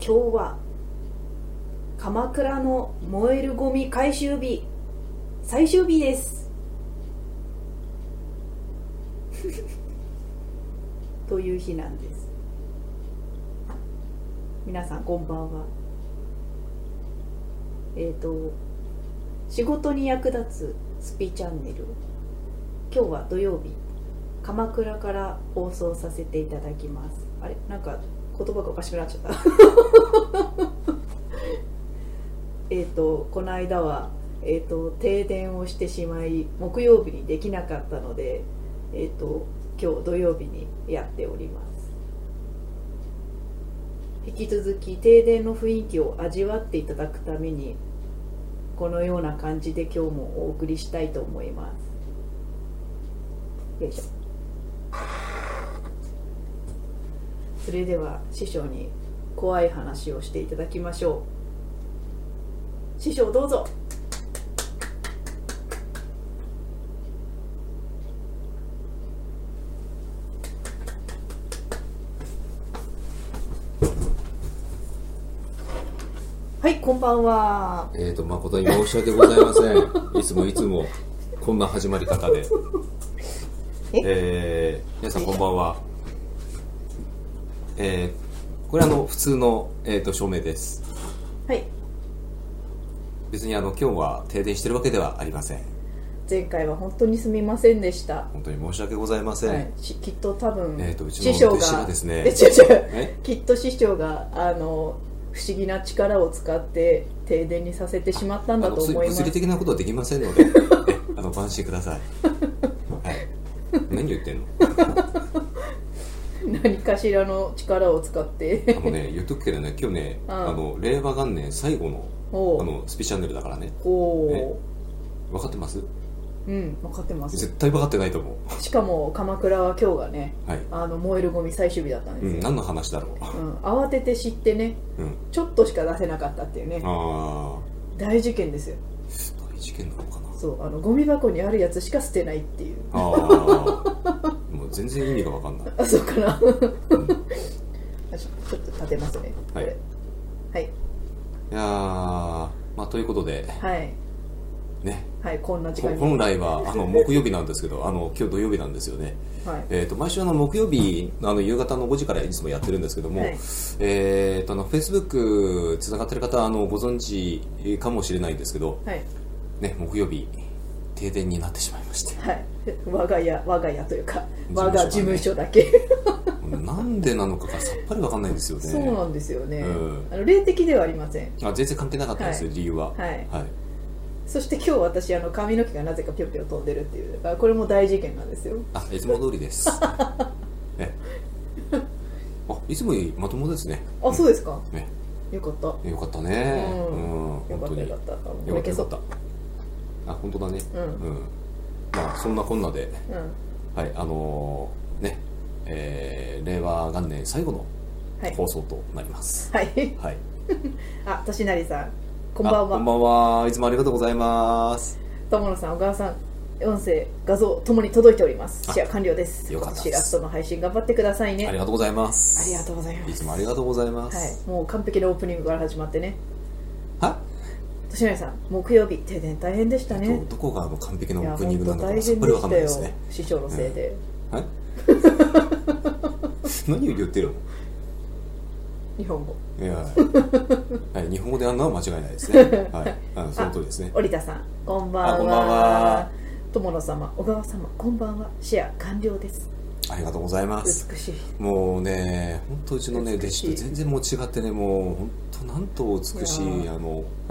今日は鎌倉の燃えるゴミ回収日最終日ですという日なんです。皆さんこんばんは。仕事に役立つスピチャンネル、今日は土曜日、鎌倉から放送させていただきます。あれ、なんか言葉がおかしくなっちゃったこの間は、停電をしてしまい木曜日にできなかったので、今日土曜日にやっております。引き続き停電の雰囲気を味わっていただくためにこのような感じで今日もお送りしたいと思います。よいしょ。それでは師匠に怖い話をしていただきましょう。師匠どうぞ。はい、こんばんは。 誠に申し訳ございません。いつもこんな始まり方で。皆さんこんばんは。これ普通の照明です。 はい。 別に今日は停電してるわけではありません。 前回は本当にすみませんでした。 本当に申し訳ございません。はい、 きっと多分、 師匠がですね。 きっと師匠が不思議な力を使って停電にさせてしまったんだと思います。 物理的なことはできませんのでご安心ください。はい、何言ってんの何かしらの力を使って言っとくけどね、今日ね、令和元年最後のスピチャンネルだからね。分かってます？ うん、分かってます。 絶対分かってないと思う。しかも鎌倉は今日がね、 はい、 燃えるゴミ最終日だったんですよ。 何の話だろう。 慌てて知ってね、ちょっとしか出せなかったっていうね。大事件ですよ。 大事件なのかな。 そう、ゴミ箱にあるやつしか捨てないっていう。 もう全然意味が分かんない。 あ、そうかな。ちょっと立てますね。 はい。はい。いやということで。 はい。ね、はい、こんな時間に本来は木曜日なんですけど今日土曜日なんですよね。はい、毎週木曜日夕方の5時からいつもやってるんですけども、はい、Facebook つながってる方ご存知かもしれないんですけど、はい、ね、木曜日停電になってしまいまして、 はい、我が家というか我が事務所だけなんでなのかがさっぱり分かんないんですよね。 そうなんですよね、霊的ではありません。 全然関係なかったんですよ、はい、理由は。はい、はい。 そして今日私髪の毛がなぜかぴょぴょ飛んでるっていう、これも大事件なんですよ。 いつも通りですいつもよりまともですね。 そうですか。よかった。 よかったね。 よかったよかった。 これ消そう。本当だね。そんなこんなで、はい、ね、令和元年最後の放送となります。はい。はい。 としなりさん、こんばんは。 こんばんは。いつもありがとうございます。 友野さん、小川さん、音声、画像ともに届いております。シェア完了です。 よかったです。 今年ラストの配信頑張ってくださいね。 ありがとうございます。 ありがとうございます。 いつもありがとうございます。 はい。もう完璧なオープニングから始まってね。としなりさん、木曜日停電大変でしたね。 どこが完璧なオープニングなのかさっぱりわかんないですね。 師匠のせいで。 はい。何を言ってるの？ 日本語。 はい、日本語でやるのは間違いないですね。はい、その通りですね。 織田さん、こんばんは。こんばんは。友野様、小川様、こんばんは。シェア完了です。 ありがとうございます。 美しい。 もうね、本当うちのね弟子と全然もう違ってね、もう本当なんと美しいはい。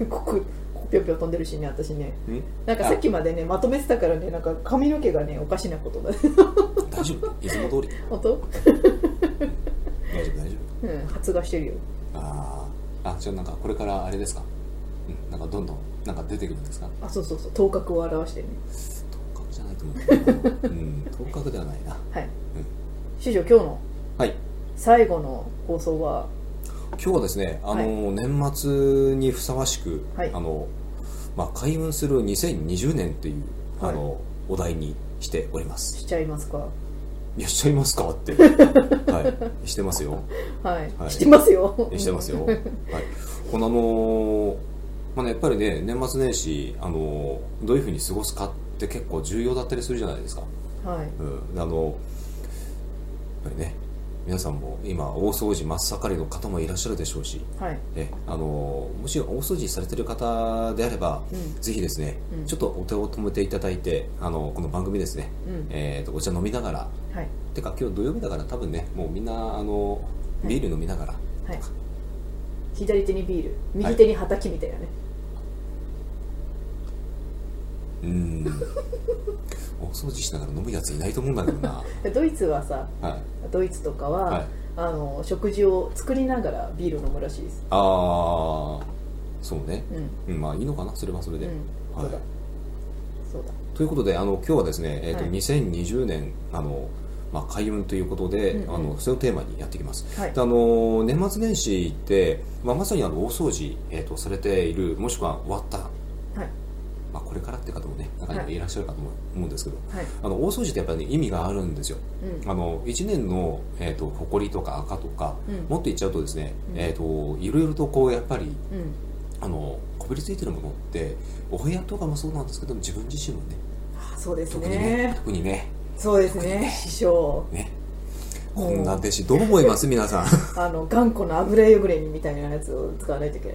ここぴょぴょ飛んでるしね、私ね。なんかさっきまでねまとめてたからね、なんか髪の毛がねおかしなことだ。 大丈夫。いつも通り。 本当？ 大丈夫。 発芽してるよ。 じゃあなんかこれからあれですか。なんかどんどんなんか出てくるんですか。 そう頭角を表してるね。 頭角じゃないと思う。頭角ではないな。 はい。師匠、今日の最後の放送は。 今日はですね、年末にふさわしく、開運する2020年っていうお題にしております。 しちゃいますか。 いやしちゃいますかってはいしてますよはい、はい、してますよしてますよはいこのまあね、やっぱりね年末年始どういうふうに過ごすかって結構重要だったりするじゃないですか。 はい、 やっぱりね皆さんも今大掃除真っ盛りの方もいらっしゃるでしょうし、 はい、 もし大掃除されてる方であれば、ぜひですね、ちょっとお手を止めていただいてこの番組ですね、お茶飲みながら、はい、てか今日土曜日だから多分ねもうみんなビール飲みながら、はい、 左手にビール右手に畑みたいなね、 大掃除しながら飲むやついないと思うんだけどなドイツはさ、はい、ドイツとかは、はい、食事を作りながらビール飲むらしいです。 ああそうね、まあいいのかなそれはそれで、はい、 そうだということで今日はですね、はい、2020年開運ということで、それをテーマにやっていきます、はい、で年末年始って、まさに大掃除、されているもしくは終わった、はいこれからって方もね中にはいらっしゃるかと思うんですけど、はい、大掃除ってやっぱり、ね、意味があるんですよ、1年の、埃とか赤とか、もっと言っちゃうとですね、いろいろとこうやっぱり、こびりついてるものってお部屋とかもそうなんですけど自分自身もね、 そうですね特にねそうですね師匠ねこんな弟子どう思います皆さん頑固な油汚れみたいなやつを使わないといけない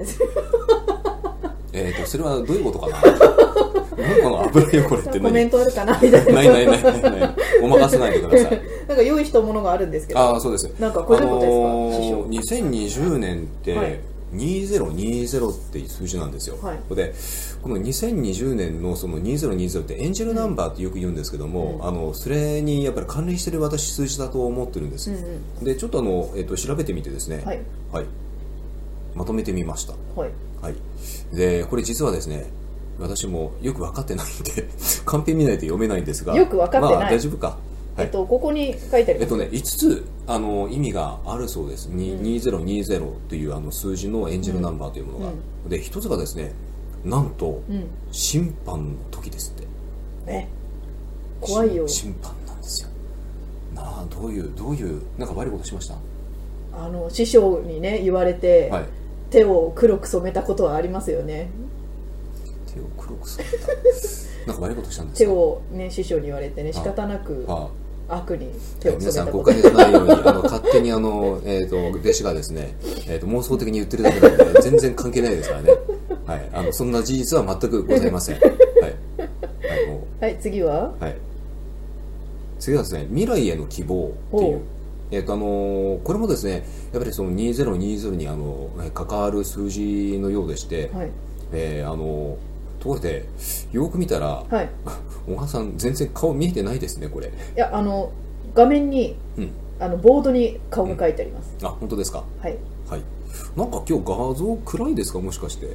ですそれはどういうことかなこの油汚れって何コメントあるかなみたいなないお任せないでくださいなんか用意したものがあるんですけどそうですなんかこういうことですか、 2020年って、はい、2020っていう数字なんですよ、はい、でこの2020年のその2020ってエンジェルナンバーってよく言うんですけども、それにやっぱり関連してる私数字だと思ってるんです、でちょっと調べてみてですね、はいはい、まとめてみました、はいはい、でこれ実はですね私もよく分かってないんでカンペ見ないと読めないんですがよく分かってない、 大丈夫か、はい、 ここに書いてあります 5つ意味があるそうです、2020という数字のエンジェルナンバーというものが、で1つがですねなんと、審判の時ですって。 怖いよ。 審判なんですよ。どういうなんか悪いことしました？ 師匠にね言われて、はい、手を黒く染めたことはありますよね。 手を黒く染めた。なんか悪いことしたんですか？ 手をね師匠に言われてね仕方なく悪に手を染めたこと。 皆さん誤解しないように勝手に弟子がですね、妄想的に言ってるだけなので全然関係ないですからね。はい、そんな事実は全くございません。はい、 はい、次は、 はい、次はですね、未来への希望っていう、これもですね、やっぱりその2020に関わる数字のようでして、はい、ところでよく見たら、はい、小川さん全然顔見えてないですねこれ。いや画面に、ボードに顔が書いてあります。 本当ですか？ はい、 はい、なんか今日画像暗いですかもしかして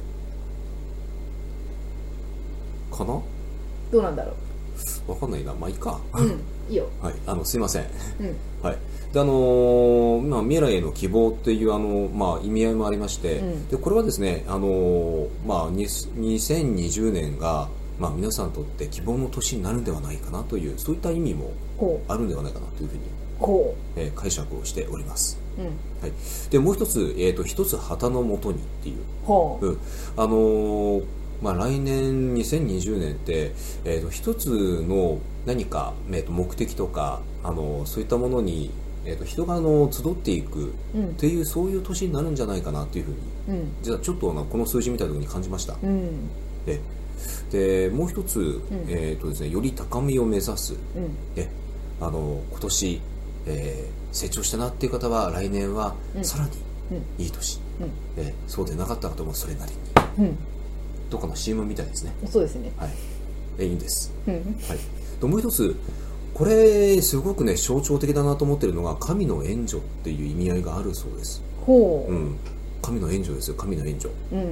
かな？どうなんだろう。わかんないな。まあいいか。 いいよ。 はい。すいません。はい。で未来への希望っていう意味合いもありまして、でこれはですね2020年が皆さんにとって希望の年になるんではないかなというそういった意味もあるんではないかなというふうに解釈をしております。はい。でもう一つ一つ旗のもとにっていう。来年2020年って、一つの何か、目的とかそういったものに、人が集っていくっていう、そういう年になるんじゃないかなというふうに、実はちょっとこの数字見た時に感じました。でもう一つ、ですね、より高みを目指す、今年、成長したなっていう方は来年はさらにいい年、そうでなかった方もそれなりに。どっかの CM みたいですね。 そうですね。 はい。いいんです。はい。もう一つ、これすごくね象徴的だなと思ってるのが神の援助っていう意味合いがあるそうです。神の援助ですよ。神の援助。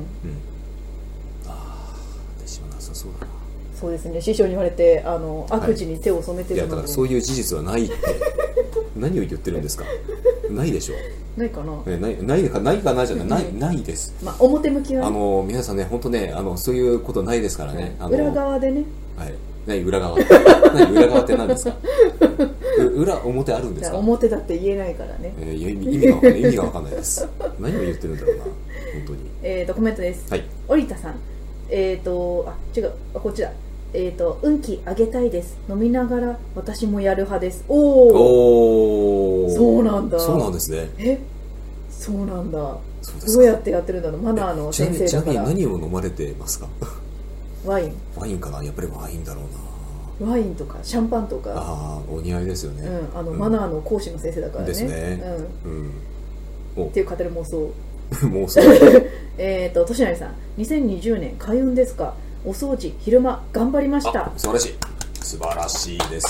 私はなさそうだな。 そうですね。師匠に言われて悪事に手を染めてるので、 いやだからそういう事実はないって何を言ってるんですか。ないでしょ。 ないかな。 ないかなじゃないです。 表向きは皆さんね本当ねそういうことないですからね。 裏側でね。 はい。 何裏側って何ですか？裏表あるんですか？ 表だって言えないからね。 意味が分かんないです。何を言ってるんだろうな、本当に。 コメントです。 はい。 織田さん、違う、こっちだ。運気上げたいです。飲みながら私もやる派です。おー、そうなんだ。 そうなんですね。 そうなんだ。どうやってやってるんだろう。マナーの先生だから。 ちなみに何を飲まれてますか？ ワインかな。やっぱりワインだろうな。ワインとかシャンパンとか。 ああ、お似合いですよね。 マナーの講師の先生だからね。 ですね。 っていう勝手な妄想。 妄想。 としなりさん、2020年開運ですか？お掃除昼間頑張りました。 素晴らしいです。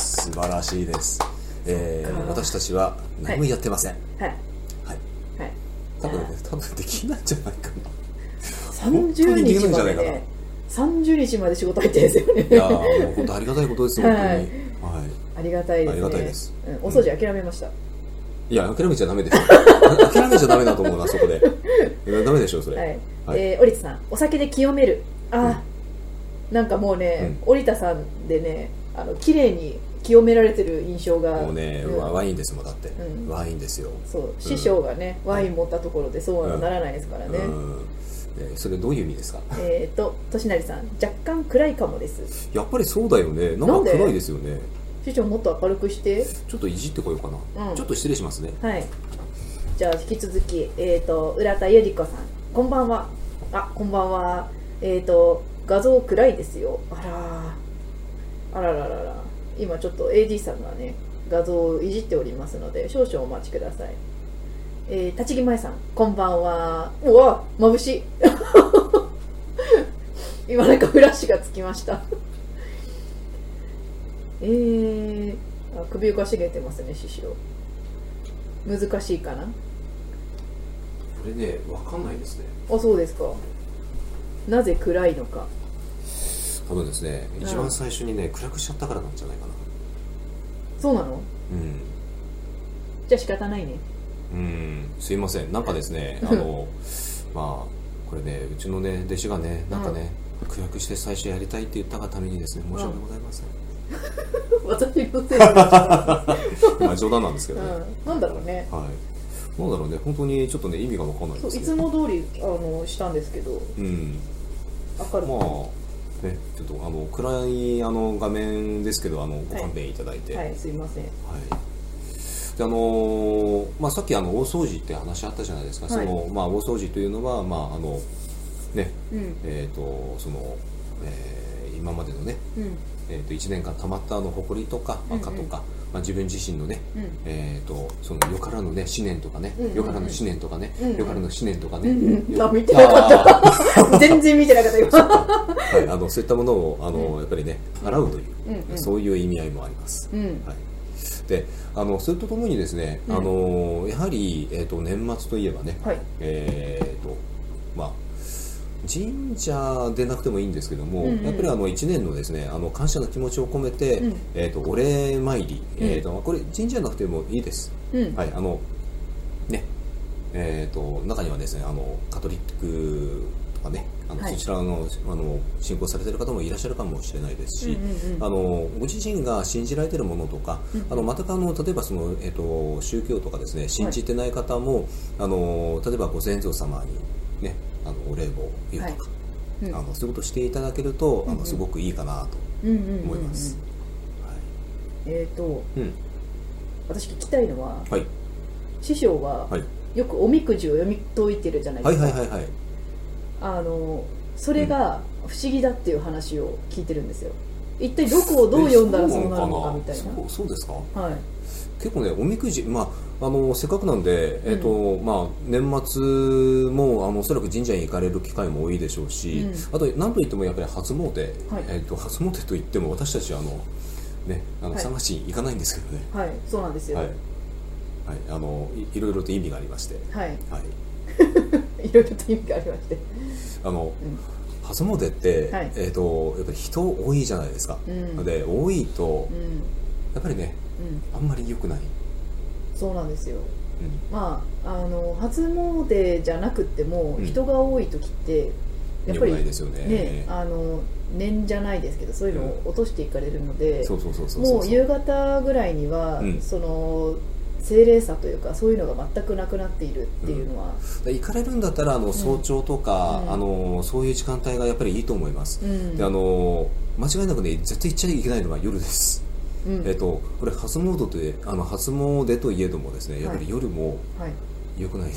私たちは何もやってません。多分できないんじゃないかな。 30日までね、30日まで仕事入ってるんですよね。 いやもう本当ありがたいことですよ、本当に。 ありがたいですね。 ありがたいです。 お掃除諦めました。 いや、諦めちゃダメです。諦めちゃダメだと思うな、そこで。ダメでしょ、それ。 織田さん、お酒で清める。なんかもうね、織田さんでね、綺麗に清められてる印象が。 もうね、ワインですもん、だって。ワインですよ。 そう、師匠がね、ワイン持ったところでそうはならないですからね。 それどういう意味ですか？ としなりさん、若干暗いかもです。 やっぱりそうだよね。なんか暗いですよね。 師匠もっと明るくして。 ちょっといじってこようかな。ちょっと失礼しますね。 はい。じゃあ引き続き、浦田ゆり子さん、こんばんは。こんばんは。画像暗いですよ。あららら。今ちょっと AD さんがね、画像をいじっておりますので、少々お待ちください。立木舞さん、こんばんは。うわ、眩しい。今なんかフラッシュがつきました。首をかしげてますね、師匠。難しいかな。これね、わかんないですね。 そうですか。なぜ暗いのか。 多分ですね、一番最初にね、暗くしちゃったからなんじゃないかな。 そうなの？じゃあ仕方ないね。 すいません。なんかですね、これね、うちのね、弟子がね、なんかね、暗くして最初やりたいって言ったがためにですね、申し訳ございません。 私のせいで。 冗談なんですけどね。 なんだろうね。 なんだろうね、本当にちょっとね、意味がわかんないですね。 いつも通りしたんですけど。明るく。 ね、ちょっと暗い画面ですけどご勘弁いただいて。 はい、すいません。 でさっき大掃除って話あったじゃないですか。大掃除というのはね、今までのね、1年間たまった埃とか赤とか、自分自身のね、そのよからぬね思念とかね、よからぬ思念とかね、よからぬ思念とかね。 見てなかった。全然見てなかったよ。 そういったものをやっぱりね洗うという、そういう意味合いもあります。で、それとともにですね、やはり年末といえばね、神社でなくてもいいんですけども、やっぱり1年のですね感謝の気持ちを込めて、お礼参り、これ神社なくてもいいです。中にはですねカトリックとかねそちらの信仰されている方もいらっしゃるかもしれないですし、ご自身が信じられているものとか、また例えばその、宗教とかですね信じてない方も、例えばご先祖様にねお礼を言うとか、そういうことをしていただけるとすごくいいかなと思います。 私聞きたいのは、師匠はよくおみくじを読み解いてるじゃないですか。それが不思議だっていう話を聞いてるんですよ。一体どこをどう読んだらそうなるのかみたいな。 そうですか。結構ねおみくじせっかくなんで年末もおそらく神社に行かれる機会も多いでしょうし、あと何といってもやっぱり初詣、初詣といっても私たち探しに行かないんですけどね。 そうなんですよ。 いろいろと意味がありまして。 いろいろと意味がありまして。 初詣って、やっぱり人多いじゃないですか。で多いと、やっぱりね、あんまり良くない。 そうなんですよ。初詣じゃなくても、人が多い時ってやっぱりね、念じゃないですけどそういうのを落としていかれるので、もう夕方ぐらいには、その清麗さというかそういうのが全くなくなっているっていうのは、 行かれるんだったら早朝とか、そういう時間帯がやっぱりいいと思います。で間違いなくね絶対行っちゃいけないのは夜です。これ初詣と初詣といえどもですね、やっぱり夜も良くないです。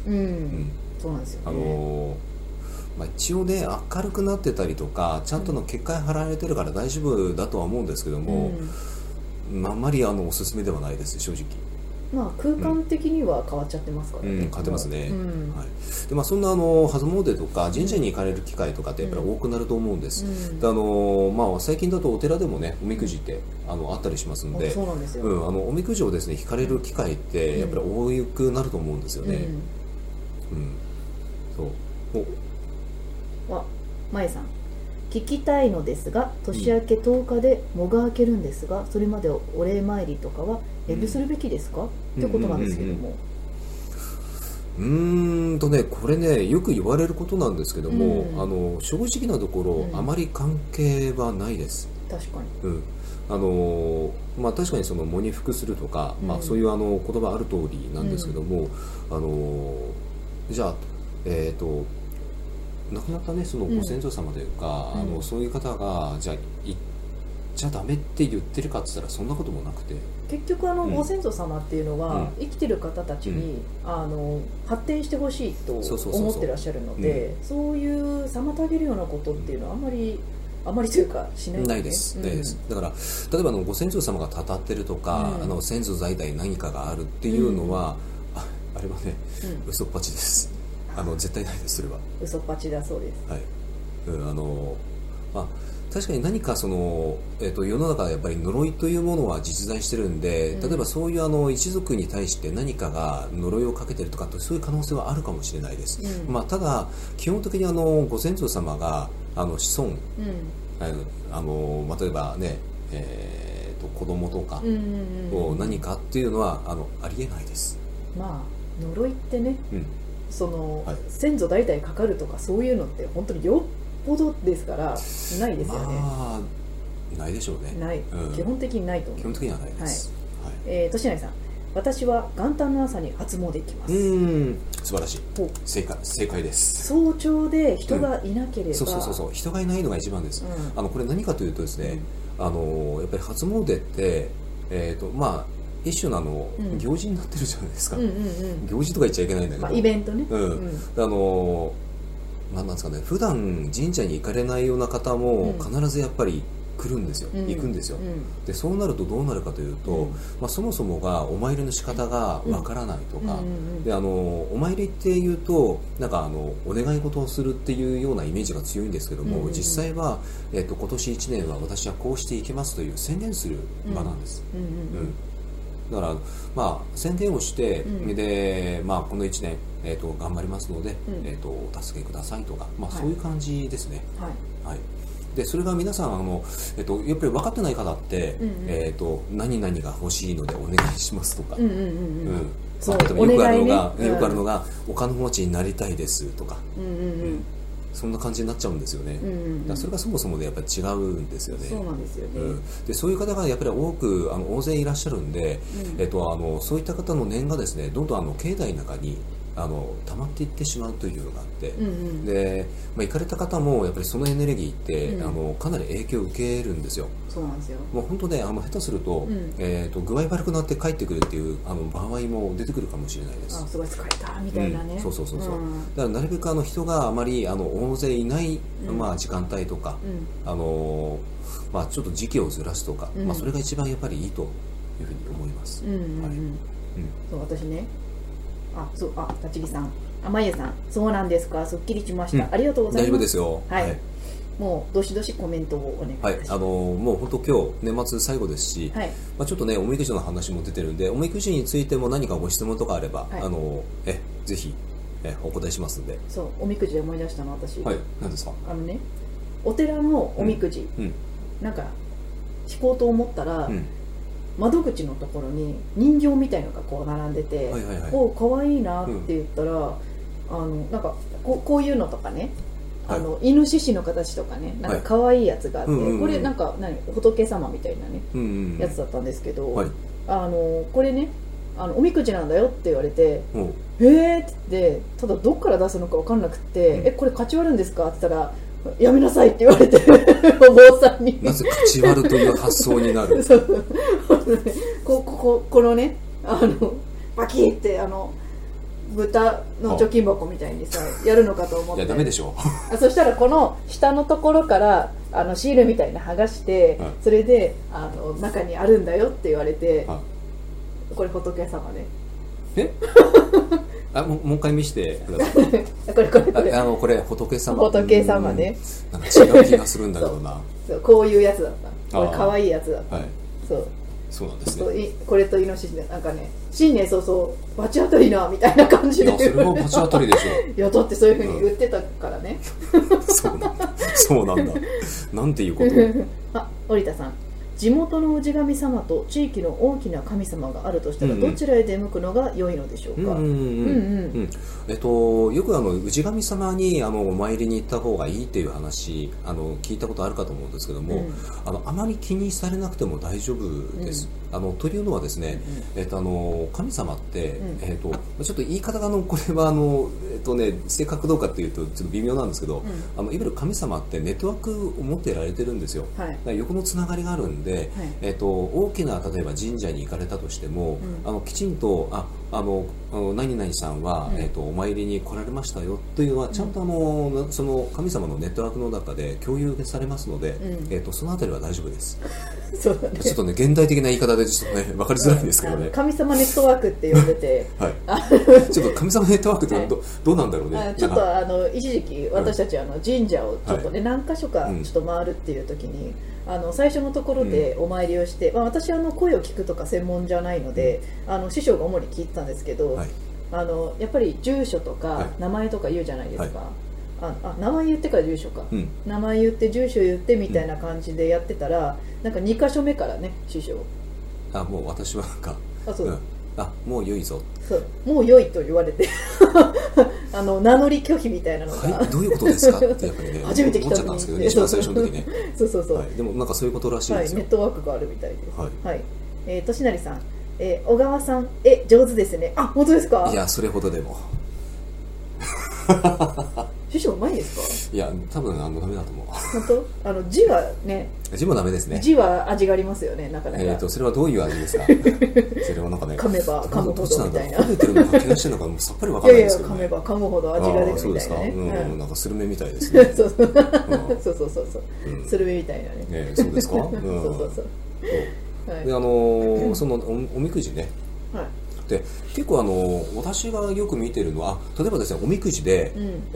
そうなんですよね。 一応ね明るくなってたりとかちゃんとの結界張られてるから大丈夫だとは思うんですけども、あんまりおすすめではないです正直。 空間的には変わっちゃってますからね。 変わってますね。でそんな初詣とか神社に行かれる機会とかってやっぱり多くなると思うんです。で最近だとお寺でもねおみくじってあったりしますので、 そうなんですよ。 おみくじをですね引かれる機会ってやっぱり多くなると思うんですよね。 まえさん、聞きたいのですが年明け10日で喪が明けるんですが、それまでお礼参りとかは遠慮するべきですか、ってことなんですけども。 これねよく言われることなんですけども、正直なところ、あまり関係はないです。 確かに。 確かにその喪に服するとか、そういう言葉ある通りなんですけども、じゃあ亡くなったねそのご先祖様というか、そういう方がじゃあ行っちゃダメって言ってるかって言ったらそんなこともなくて、 結局ご先祖様っていうのは、生きてる方たちに、発展してほしいと思ってらっしゃるので、そういう妨げるようなことっていうのはあんまりというかしないですね。 ないです、ないです。だから例えばご先祖様がたたってるとか、先祖代々何かがあるっていうのは、あれはね、嘘っぱちです。絶対ないです。それは嘘っぱちだそうです。 はい。確かに何かその、世の中はやっぱり呪いというものは実在してるんで、例えばそういう一族に対して何かが呪いをかけてるとかそういう可能性はあるかもしれないです。ただ基本的にご先祖様が子孫、例えばね、子供とか何かっていうのはありえないです。 呪いってね、その、先祖代々かかるとかそういうのって本当によっぽどですからないですよね。 ないでしょうね。 ない、基本的にないと思う。 基本的にはないです。 としなりさん、私は元旦の朝に初詣行きます。 素晴らしい。正解です。 早朝で人がいなければ、 そう人がいないのが一番です。これ何かというとですね、やっぱり初詣って一種の行事になってるじゃないですか。行事とか言っちゃいけないんだけど、 イベントね。 なんですかね、普段神社に行かれないような方も必ずやっぱり来るんですよ、行くんですよ。でそうなるとどうなるかというと、そもそもがお参りの仕方がわからないとか、でお参りっていうとなんかお願い事をするっていうようなイメージが強いんですけども、実際は、今年1年は私はこうしていきますという宣言する場なんです。だから宣言をして、でこの1年頑張りますので、お助けくださいとか、そういう感じですね。でそれが皆さんやっぱり分かってない方って、何々が欲しいのでお願いしますとか、よくあるのがお金持ちになりたいですとか、そんな感じになっちゃうんですよね。だそれがそもそもでやっぱり違うんですよね。 そうなんですよね。 でそういう方がやっぱり大勢いらっしゃるんで、そういった方の念がですねどんどん境内の中に溜まっていってしまうというのがあって、で、行かれた方もやっぱりそのエネルギーって、かなり影響を受けるんですよ。 そうなんですよ。 もう本当ね下手すると、具合悪くなって帰ってくるっていう場合も出てくるかもしれないです。 すごい疲れたみたいなね。 そうだからなるべく人があまり大勢いない、時間帯とか、ちょっと時期をずらすとか、それが一番やっぱりいいというふうに思います。 そう私ね立木さん、まゆさん、そうなんですか、すっきりしました。ありがとうございます。 大丈夫ですよ。 もうどしどしコメントをお願いします。 もう本当今日年末最後ですし、ちょっとねおみくじの話も出てるんで、おみくじについても何かご質問とかあれば、ぜひお答えしますんで。 そう、おみくじで思い出したの私。 何ですか？ お寺のおみくじ、なんか引こうと思ったら。窓口のところに人形みたいのがこう並んでて、可愛いなって言ったら、なんかこういうのとかね、 イノシシの形とかね、なんか可愛いやつがあって、これなんか仏様みたいなね、やつだったんですけど、これねおみくじなんだよって言われて、へーって言って、ただどっから出すのか分かんなくて、これ勝ち割るんですかって言ったら、やめなさいって言われてお坊さんになぜ勝ち割るという発想になるそうこのねバキーって豚の貯金箱みたいにさやるのかと思って、 いやダメでしょそしたらこの下のところからシールみたいな剥がして、それで中にあるんだよって言われて、これ仏様ね。 もう一回見せてくださいこれ仏様ね。 なんか違う気がするんだけどなそうこういうやつだった。これ可愛いやつだった。 そうなんですね。 これとイノシシでなんかね、新年早々バチ当たりなみたいな感じで。 いやそれもバチ当たりでしょ。 いやだってそういう風に言ってたからね。 そうなんだ。なんていうこと織田さん、地元の氏神様と地域の大きな神様があるとしたら、どちらへ出向くのが良いのでしょうか。 よく氏神様にお参りに行った方がいいっていう話聞いたことあるかと思うんですけども、あまり気にされなくても大丈夫です。というのはですね、神様って、ちょっと言い方がこれは正確どうかっていうとちょっと微妙なんですけど、いわゆる神様ってネットワークを持ってられてるんですよ。横のつながりがあるんで、大きな例えば神社に行かれたとしても、きちんと何々さんは、お参りに来られましたよというのはちゃんとその神様のネットワークの中で共有されますので、そのあたりは大丈夫です。 そうだね、 ちょっとね現代的な言い方でちょっとね分かりづらいんですけどね、 神様ネットワークって呼んでてちょっと神様ネットワークってどうなんだろうね。 ちょっと一時期私たち神社をちょっとね、何箇所かちょっと回るっていう時に、最初のところでお参りをして、私声を聞くとか専門じゃないので、師匠が主に聞いてたんですけど、やっぱり住所とか名前とか言うじゃないですか。名前言ってから住所か、名前言って住所言ってみたいな感じでやってたら、なんか2箇所目からね師匠もう私はなんかもう良いぞ、 もう良いと言われて名乗り拒否みたいなのが、 どういうことですかってやっぱりね初めて来た思っちゃったんですけどね、一番最初の時ねでもなんかそういうことらしいですよ。 ネットワークがあるみたいです。としなりさん、小川さん上手ですね。本当ですか。 いやそれほどでも師匠うまいですか。いや多分ダメだと思う。 本当字はね、 字もダメですね。 字は味がありますよね、なかなか。 それはどういう味ですか。それはなんかね、 噛めば噛むほどみたいな。 食べてるのか怪我してるのかもさっぱりわからないですけどね。 噛めば噛むほど味が出るみたいなね。 なんかスルメみたいですね。 そうスルメみたいなね。 そうですか。でそのおみくじね。で結構私がよく見てるのは例えばですね、おみくじで、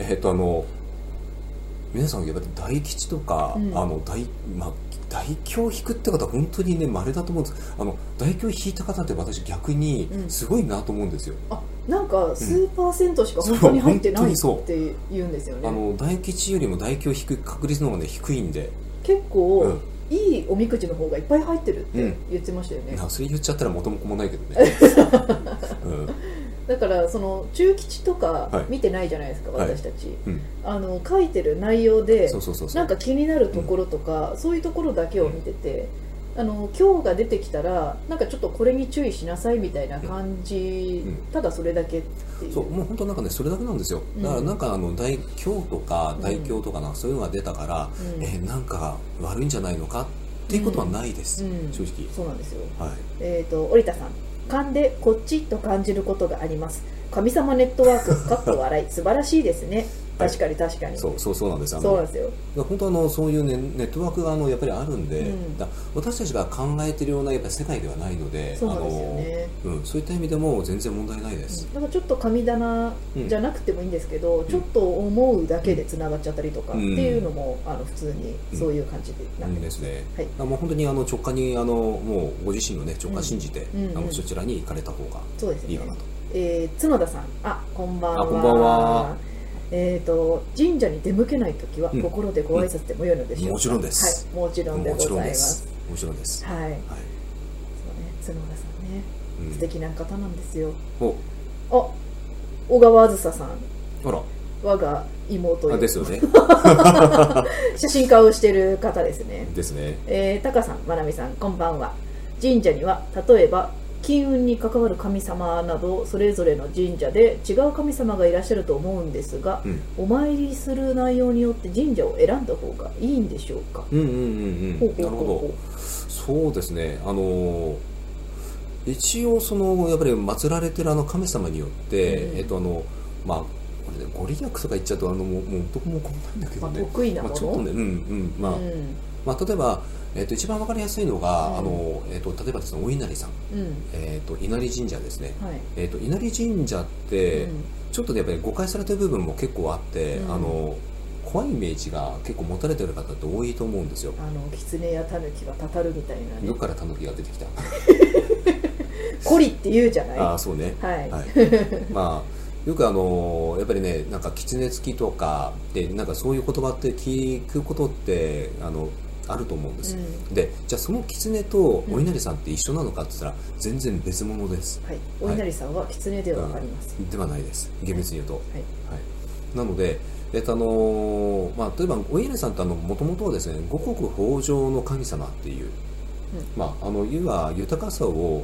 皆さんやっぱり大吉とか、大凶引くって方は本当にね稀だと思うんです。大凶引いた方って私逆にすごいなと思うんですよ。 なんか数パーセントしか本当に入ってないって言うんですよね。 大吉よりも大凶引く確率の方がね低いんで、 結構、いいおみくじの方がいっぱい入ってるって言ってましたよね。 それ言っちゃったら元も子もないけどね。 だからその中吉とか見てないじゃないですか、私たち。書いてる内容でなんか気になるところとか、そういうところだけを見てて、今日が出てきたらなんかちょっとこれに注意しなさいみたいな感じ、ただそれだけっていう。 もう本当なんかねそれだけなんですよ。だからなんか大凶とか大凶とかそういうのが出たから、なんか悪いんじゃないのかっていうことはないです、正直。 そうなんですよ。織田さん、勘でこっちと感じることがあります。神様ネットワークかっこ笑い素晴らしいですね。確かに確かに。 そうなんです。 そうなんですよ。 本当そういうネットワークがやっぱりあるんで、私たちが考えているようなやっぱり世界ではないので、 そうなんですよね。 そういった意味でも全然問題ないです。 だからちょっと神棚じゃなくてもいいんですけど、ちょっと思うだけでつながっちゃったりとかっていうのも普通にそういう感じでなってますね。もう本当に直感にもうご自身のね直感信じてそちらに行かれた方がいいかなと。 角田さん、こんばんは。 こんばんは。 神社に出向けないときは心でご挨拶でもよいのでしょうか。 もちろんです。 もちろんでございます。 もちろんです。 そうね、角田さんね、素敵な方なんですよ。小川あずささん。 我が妹ですよね写真家をしてる方ですね。 ですね。 タカさん、まなみさん、こんばんは。神社には例えば金運に関わる神様などそれぞれの神社で違う神様がいらっしゃると思うんですが、お参りする内容によって神社を選んだ方がいいんでしょうか。 なるほど。そうですね。一応やっぱり祀られてる神様によって、まあご利益とか言っちゃうともうどこもこんないんだけどね、 得意なもの、 ちょっとね、例えば、一番わかりやすいのが、例えばですね、お稲荷さん、稲荷神社ですね、稲荷神社って、ちょっとねやっぱり誤解されてる部分も結構あって、怖いイメージが結構持たれてる方って多いと思うんですよ。 狐やタヌキがたたるみたいなね。 どっからタヌキが出てきたコリって言うじゃない。 ああ、そうね。 はい。 まあよくやっぱりね、なんか狐つきとかでなんかそういう言葉って聞くことってあると思うんです、で、じゃあその狐とお稲荷さんって一緒なのかって言ったら全然別物です、 お稲荷さんは狐ではあります、 ではないです、厳密に言うと、なので、例えばお稲荷さんってもともとはですね、五穀豊穣の神様っていう、要は豊かさを、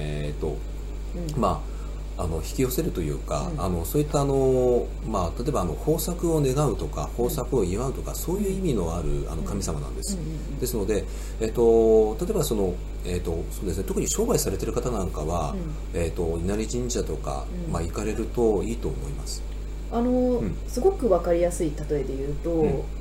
引き寄せるというか、そういった例えば豊作を願うとか豊作を祝うとか、そういう意味のある神様なんです、ですので、例えばそうですね、特に商売されてる方なんかは、稲荷神社とか、行かれるといいと思います。 すごく分かりやすい例えで言うと、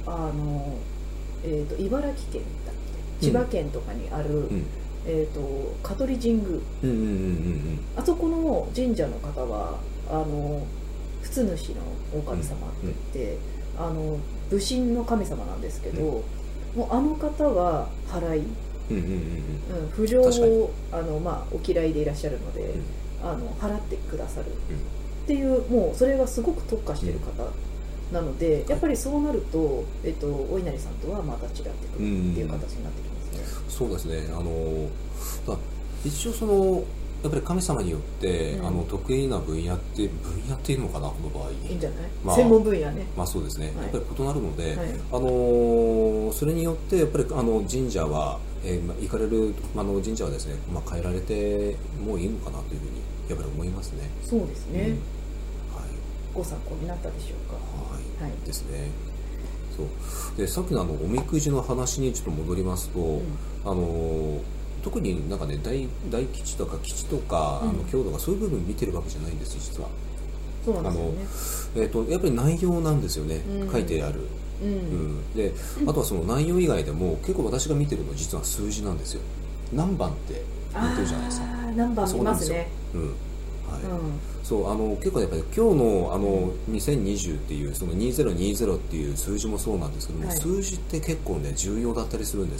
茨城県だっけ、千葉県とかにある、香取神宮、あそこの神社の方は普通主の大神様って言って、武神の神様なんですけど、もう方は払い、不浄をお嫌いでいらっしゃるので、払ってくださるっていう、もうそれがすごく特化している方なので、やっぱりそうなると、お稲荷さんとはまた違ってくるっていう形になってきますね。 そうですね。一応やっぱり神様によって、得意な分野っていうのかな、この場合いいんじゃない、専門分野ね。 そうですね、やっぱり異なるので、それによってやっぱり神社は、行かれる神社はですね、変えられてもいいのかなというふうにやっぱり思いますね。 そうですね、ご参考になったでしょうか。 ですね。そうで、さっきのおみくじの話にちょっと戻りますと、特になんかね、大吉とか吉とか強度がそういう部分見てるわけじゃないんです、実は。 そうなんですよね。 やっぱり内容なんですよね、書いてある。で、あとはその内容以外でも結構私が見てるのは実は数字なんですよ。何番って言ってるじゃないですか。 何番見ますね。 そう結構やっぱり今日の2020っていうその2020っていう数字もそうなんですけども、数字って結構ね重要だったりするんです。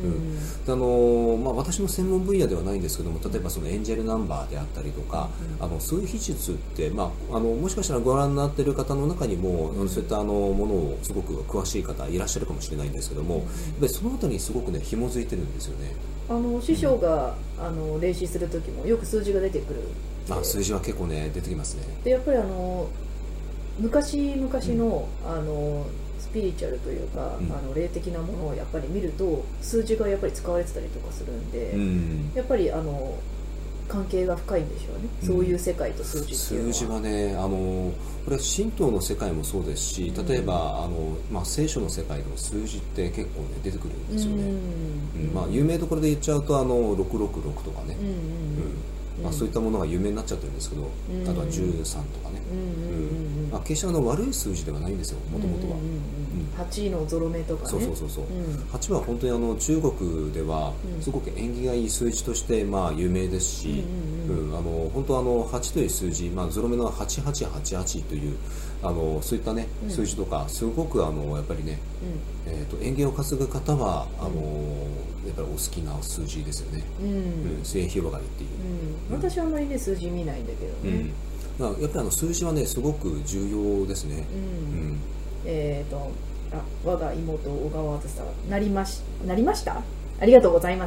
私の専門分野ではないんですけども、例えばそのエンジェルナンバーであったりとか、数秘術って、もしかしたらご覧になっている方の中にも、そういったものをすごく詳しい方いらっしゃるかもしれないんですけども、やっぱりそのあたりにすごくね紐づいてるんですよね。 師匠が霊視する時もよく数字が出てくる。 数字は結構ね出てきますね。 でやっぱり昔々の、スピリチュアルというか、霊的なものをやっぱり見ると数字がやっぱり使われてたりとかするんで、やっぱり関係が深いんでしょうね、そういう世界と数字っていうのは。 数字はねこれは神道の世界もそうですし、例えば聖書の世界でも数字って結構ね出てくるんですよね。有名どころで言っちゃうと666とかね、そういったものが有名になっちゃってるんですけど、あとは13とかね、決して悪い数字ではないんですよ、もともとは。 8のゾロ目とかね。 そう、8は本当に中国ではすごく縁起がいい数字として有名ですし、本当8という数字、ゾロ目の8888というそういったね数字とかすごくやっぱりね、縁起を担ぐ方はやっぱりお好きな数字ですよね。末広がりっていう。 私はあんまりね数字見ないんだけどね。 やっぱり数字はねすごく重要ですね。 我が妹小川あずさなりました。ありがとうございます。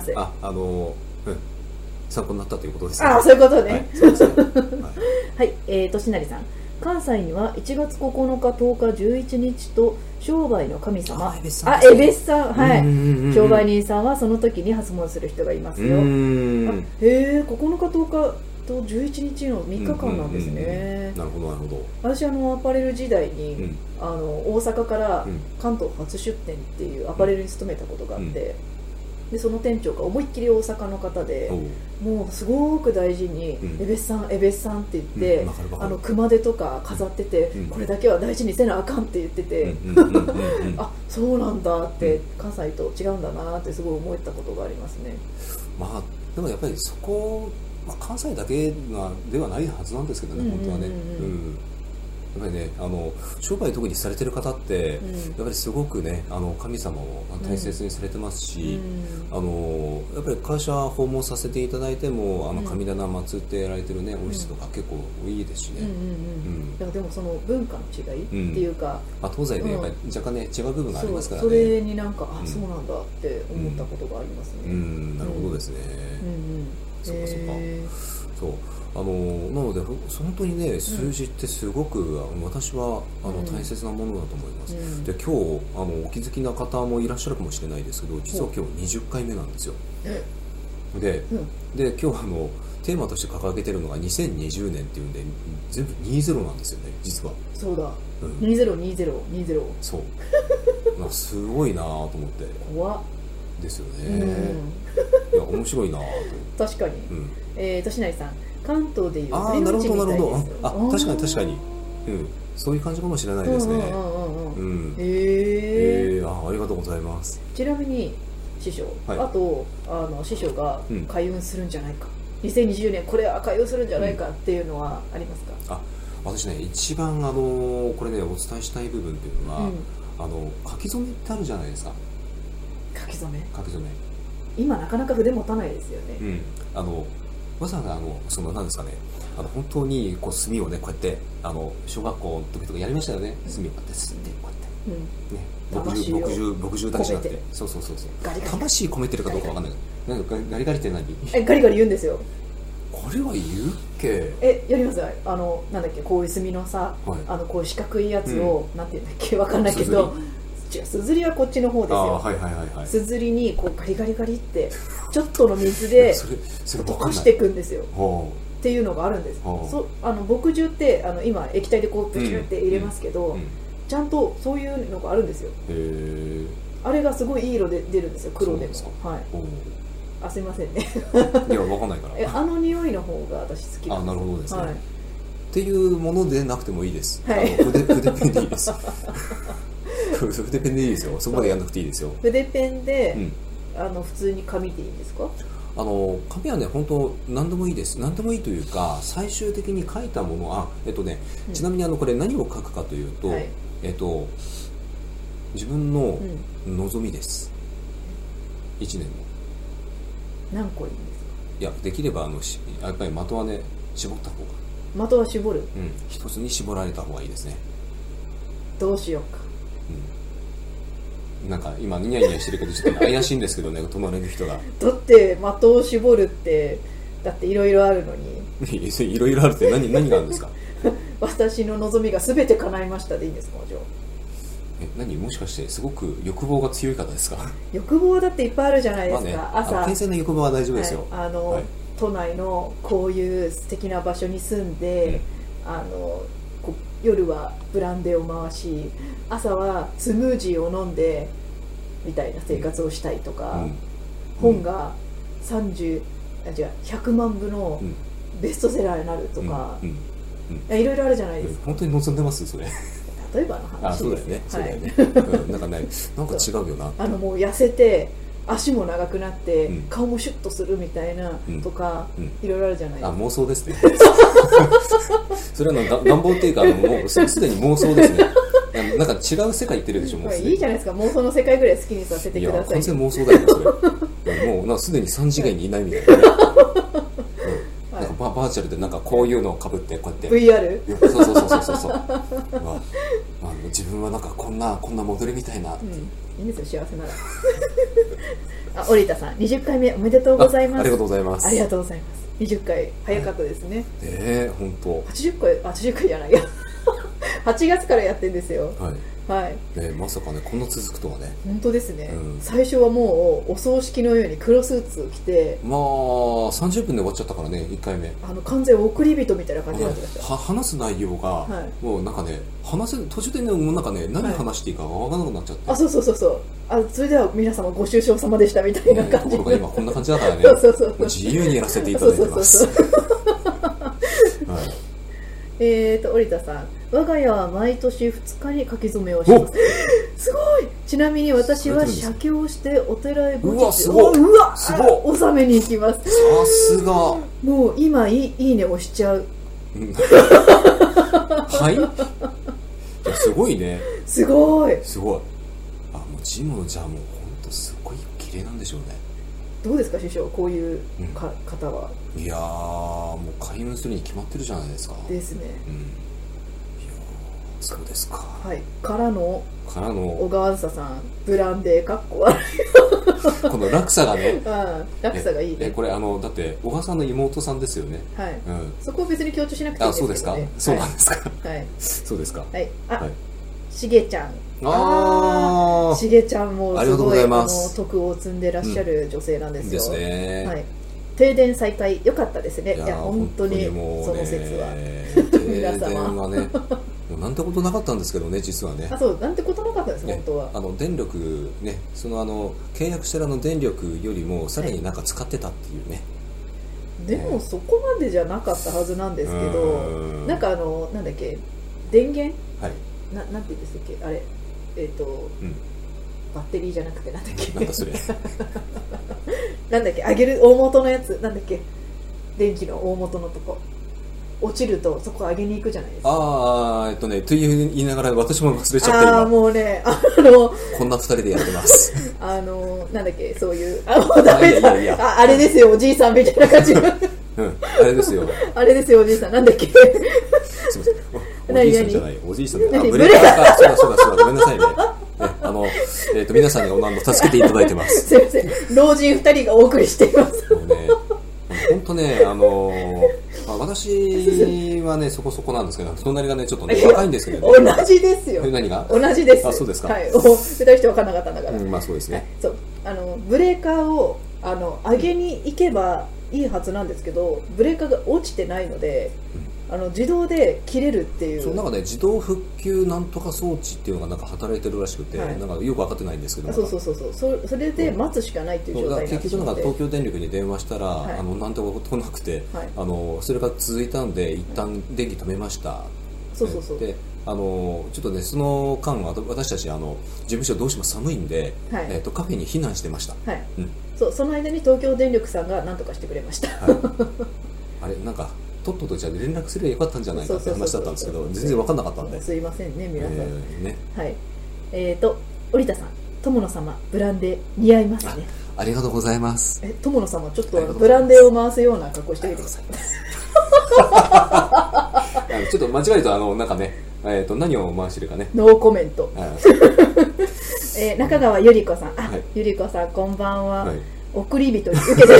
参考になったということですね。 そういうことね。はい、としなりさん、 関西には1月9日10日11日と商売の神様、 江別さん、はい、商売人さんはその時に初詣する人がいますよ。へえ、9日10日と11日の3日間なんですね。 なるほどなるほど。 私アパレル時代に、大阪から関東初出店っていうアパレルに勤めたことがあって、でその店長が思いっきり大阪の方で、もうすごく大事に江別さん江別さんって言って、熊手とか飾ってて、これだけは大事にせなあかんって言ってて、あ、そうなんだって、関西と違うんだなってすごい思ったことがありますね。 まあでもやっぱりそこ、関西だけではないはずなんですけどね、本当はね。やっぱりね、商売特にされてる方って、やっぱりすごくね、神様を大切にされてますし、やっぱり会社訪問させていただいても、神棚祀ってやられてるね、オフィスとか結構多いですしね。 でもその文化の違いっていうか、 東西でやっぱり若干ね、違う部分がありますからね。 それになんか、そうなんだって思ったことがありますね。 なるほどですね。そうかそうか。そう。なので本当にね、数字ってすごく私は大切なものだと思います。で今日お気づきな方もいらっしゃるかもしれないですけど、実は今日20回目なんですよ。で今日テーマとして掲げてるのが2020年っていうんで、全部20なんですよね、実は。 そうだ、2020 そうすごいなと思って。 怖っですよね。いや面白いなと。 確かに。年内さん、関東でいうなるほどなるほど。確かに確かに、そういう感じかもしれないですね。ありがとうございます。 ちなみに師匠、あと師匠が開運するんじゃないか、2020年これは開運するんじゃないかっていうのはありますか？ 私ね、一番これねお伝えしたい部分っていうのは、書き初めってあるじゃないですか。 書き初め今なかなか筆持たないですよね。 わざわざ何ですかね、本当にこう墨をね、こうやって小学校の時とかやりましたよね。墨をこうやって吸ってこうやって、墨汁出しがあって、そう魂込めてるかどうかわかんないけど、なんかガリガリって何？ ガリガリ言うんですよ。 これは言うっけ？ やりますよ。なんだっけ、こういう墨のさ、こういう四角いやつを、なんていうんだっけ、わかんないけど、すずりはこっちの方ですよ。すずりにこうガリガリガリってちょっとの水で溶かしていくんですよっていうのがあるんです。墨汁って今液体でこうプシュって入れますけど、ちゃんとそういうのがあるんですよ。あれがすごいいい色で出るんですよ、黒でも。すいませんね。 いや、わかんないから。 匂いの方が私好きなんです。 なるほどですね。っていうものでなくてもいいです。筆ペンでいいです。筆ペンでいいですよ。そこまでやんなくていいですよ。 筆ペンで、普通に紙でいいんですか？ 紙はね、本当何でもいいです。何でもいいというか、最終的に書いたものちなみにこれ何を書くかというと、自分の望みです。1年の。 何個いいんですか？ いや、できればやっぱり的はね、絞った方が。 的は絞る？ 一つに絞られた方がいいですね。 どうしようか。 なんか今ニヤニヤしてるけどちょっと怪しいんですけどね、隣の人が。 だって的を絞るってだっていろいろあるのに。 いろいろあるって何があるんですか？ 私の望みが全て叶いましたでいいんですか？じゃあもしかしてすごく欲望が強い方ですか？ 欲望だっていっぱいあるじゃないですか。朝天性の欲望は大丈夫ですよ。 都内のこういう素敵な場所に住んで、夜はブランデーを回し、朝はスムージーを飲んでみたいな生活をしたいとか、本が100万部のベストセラーになるとか、いろいろあるじゃないですか。 本当に望んでますそれ？ 例えばの話ですよ。 そうだよね。なんか違うよな。 もう痩せて足も長くなって、顔もシュッとするみたいなとか、いろいろあるじゃないですか。 妄想ですね。それは願望っていうか、もうすでに妄想ですね。なんか違う世界行ってるでしょ。もういいじゃないですか。妄想の世界ぐらい好きにさせてください。 いや、完全妄想だよそれ。もうすでに3次元にいないみたいな。なんかバーチャルでなんかこういうのをかぶってこうやって VR？ そう自分はなんかこんな戻りみたいな、 いいんですよ、幸せなら。織田さん、20回目おめでとうございます。 ありがとうございます。 ありがとうございます。20回早かったですね。 本当。 80回じゃないや。 8月からやってるんですよ。はい、 まさかねこんな続くとはね。 本当ですね、最初はもうお葬式のように黒スーツを着て、 まあ30分で終わっちゃったからね1回目。 完全送り人みたいな感じになってました。 話す内容が、もうなんかね途中でねもうなんかね何話していいか分からなくなっちゃって、 そうそれでは皆様ご愁傷様でしたみたいな感じで、 ところが今こんな感じだからね自由にやらせていただいてます。 織田さん、我が家は毎年2日に書き初めをします。すごい。ちなみに私は写経をしてお寺へ後日すごい納めに行きます。 さすが。 もう今いいね押しちゃう。 はいすごいね。 すごい。 もう字もじゃあもう本当すごい綺麗なんでしょうね。 どうですか師匠、こういう方は。 いやーもう開運するに決まってるじゃないですか。 ですね。 いやそうですか。 からの小川あずささん、ブランデーかっこ悪い。 この落差がね。 落差がいいね。 これだって小川さんの妹さんですよね。 そこを別に強調しなくていいんですけどね。 そうですか。そうなんですか。そうですか。 しげちゃん。しげちゃんもすごい徳を積んでらっしゃる女性なんですよ。 ですね。 停電再開良かったですね。いや本当にその説は。 停電はね。なんてことなかったんですけどね、実はね。 なんてことなかったですね、本当は。 電力ね、契約してる電力よりもさらになんか使ってたっていうね。 でもそこまでじゃなかったはずなんですけど、なんかなんだっけ、電源、なんて言うんですっけ、あれ、バッテリーじゃなくてなんだっけ、 なんだそれなんだっけ、上げる大元のやつ、なんだっけ、電気の大元のとこ落ちるとそこ上げに行くじゃないですか。 と言いながら私も忘れちゃった今。 もうね、 こんな2人でやってますなんだっけ、そういうもうダメだ。あれですよおじいさんみたいな感じ。あれですよおじいさん、なんだっけ。 すみません、おじいさんじゃない、おじいさんじゃない、ブレーカーか。そうだ、ごめんなさいね。皆さんに助けていただいてます。 すいません、老人2人がお送りしています。 もうね、本当ね、私はねそこそこなんですけど、隣がねちょっとね若いんですけど、 同じですよ。 何が？ 同じです。 そうですか。 2人分からなかったんだから。 まあそうですね。 ブレーカーを上げに行けばいいはずなんですけど、ブレーカーが落ちてないので、自動で切れるっていう。 なんかね、自動復旧なんとか装置っていうのがなんか働いてるらしくて、なんかよく分かってないんですけど、 それで待つしかないっていう状態になってしまって、 結局なんか東京電力に電話したら、なんてことなくて、それが続いたんで一旦電気止めました。でちょっとねその間私たち事務所どうしても寒いんで、カフェに避難してました。 その間に東京電力さんが何とかしてくれました。 あれなんかとっととじゃ連絡すればよかったんじゃないかって話だったんですけど、全然分かんなかったんで。 すいませんね皆さん。織田さん、友野様ブランデー似合いますね。 ありがとうございます。 友野様ちょっとブランデーを回すような格好してみてください。 ちょっと間違えるとなんかね、何を回してるかね。 ノーコメント。中川ゆり子さん、ゆり子さんこんばんは。送り人に受けてる。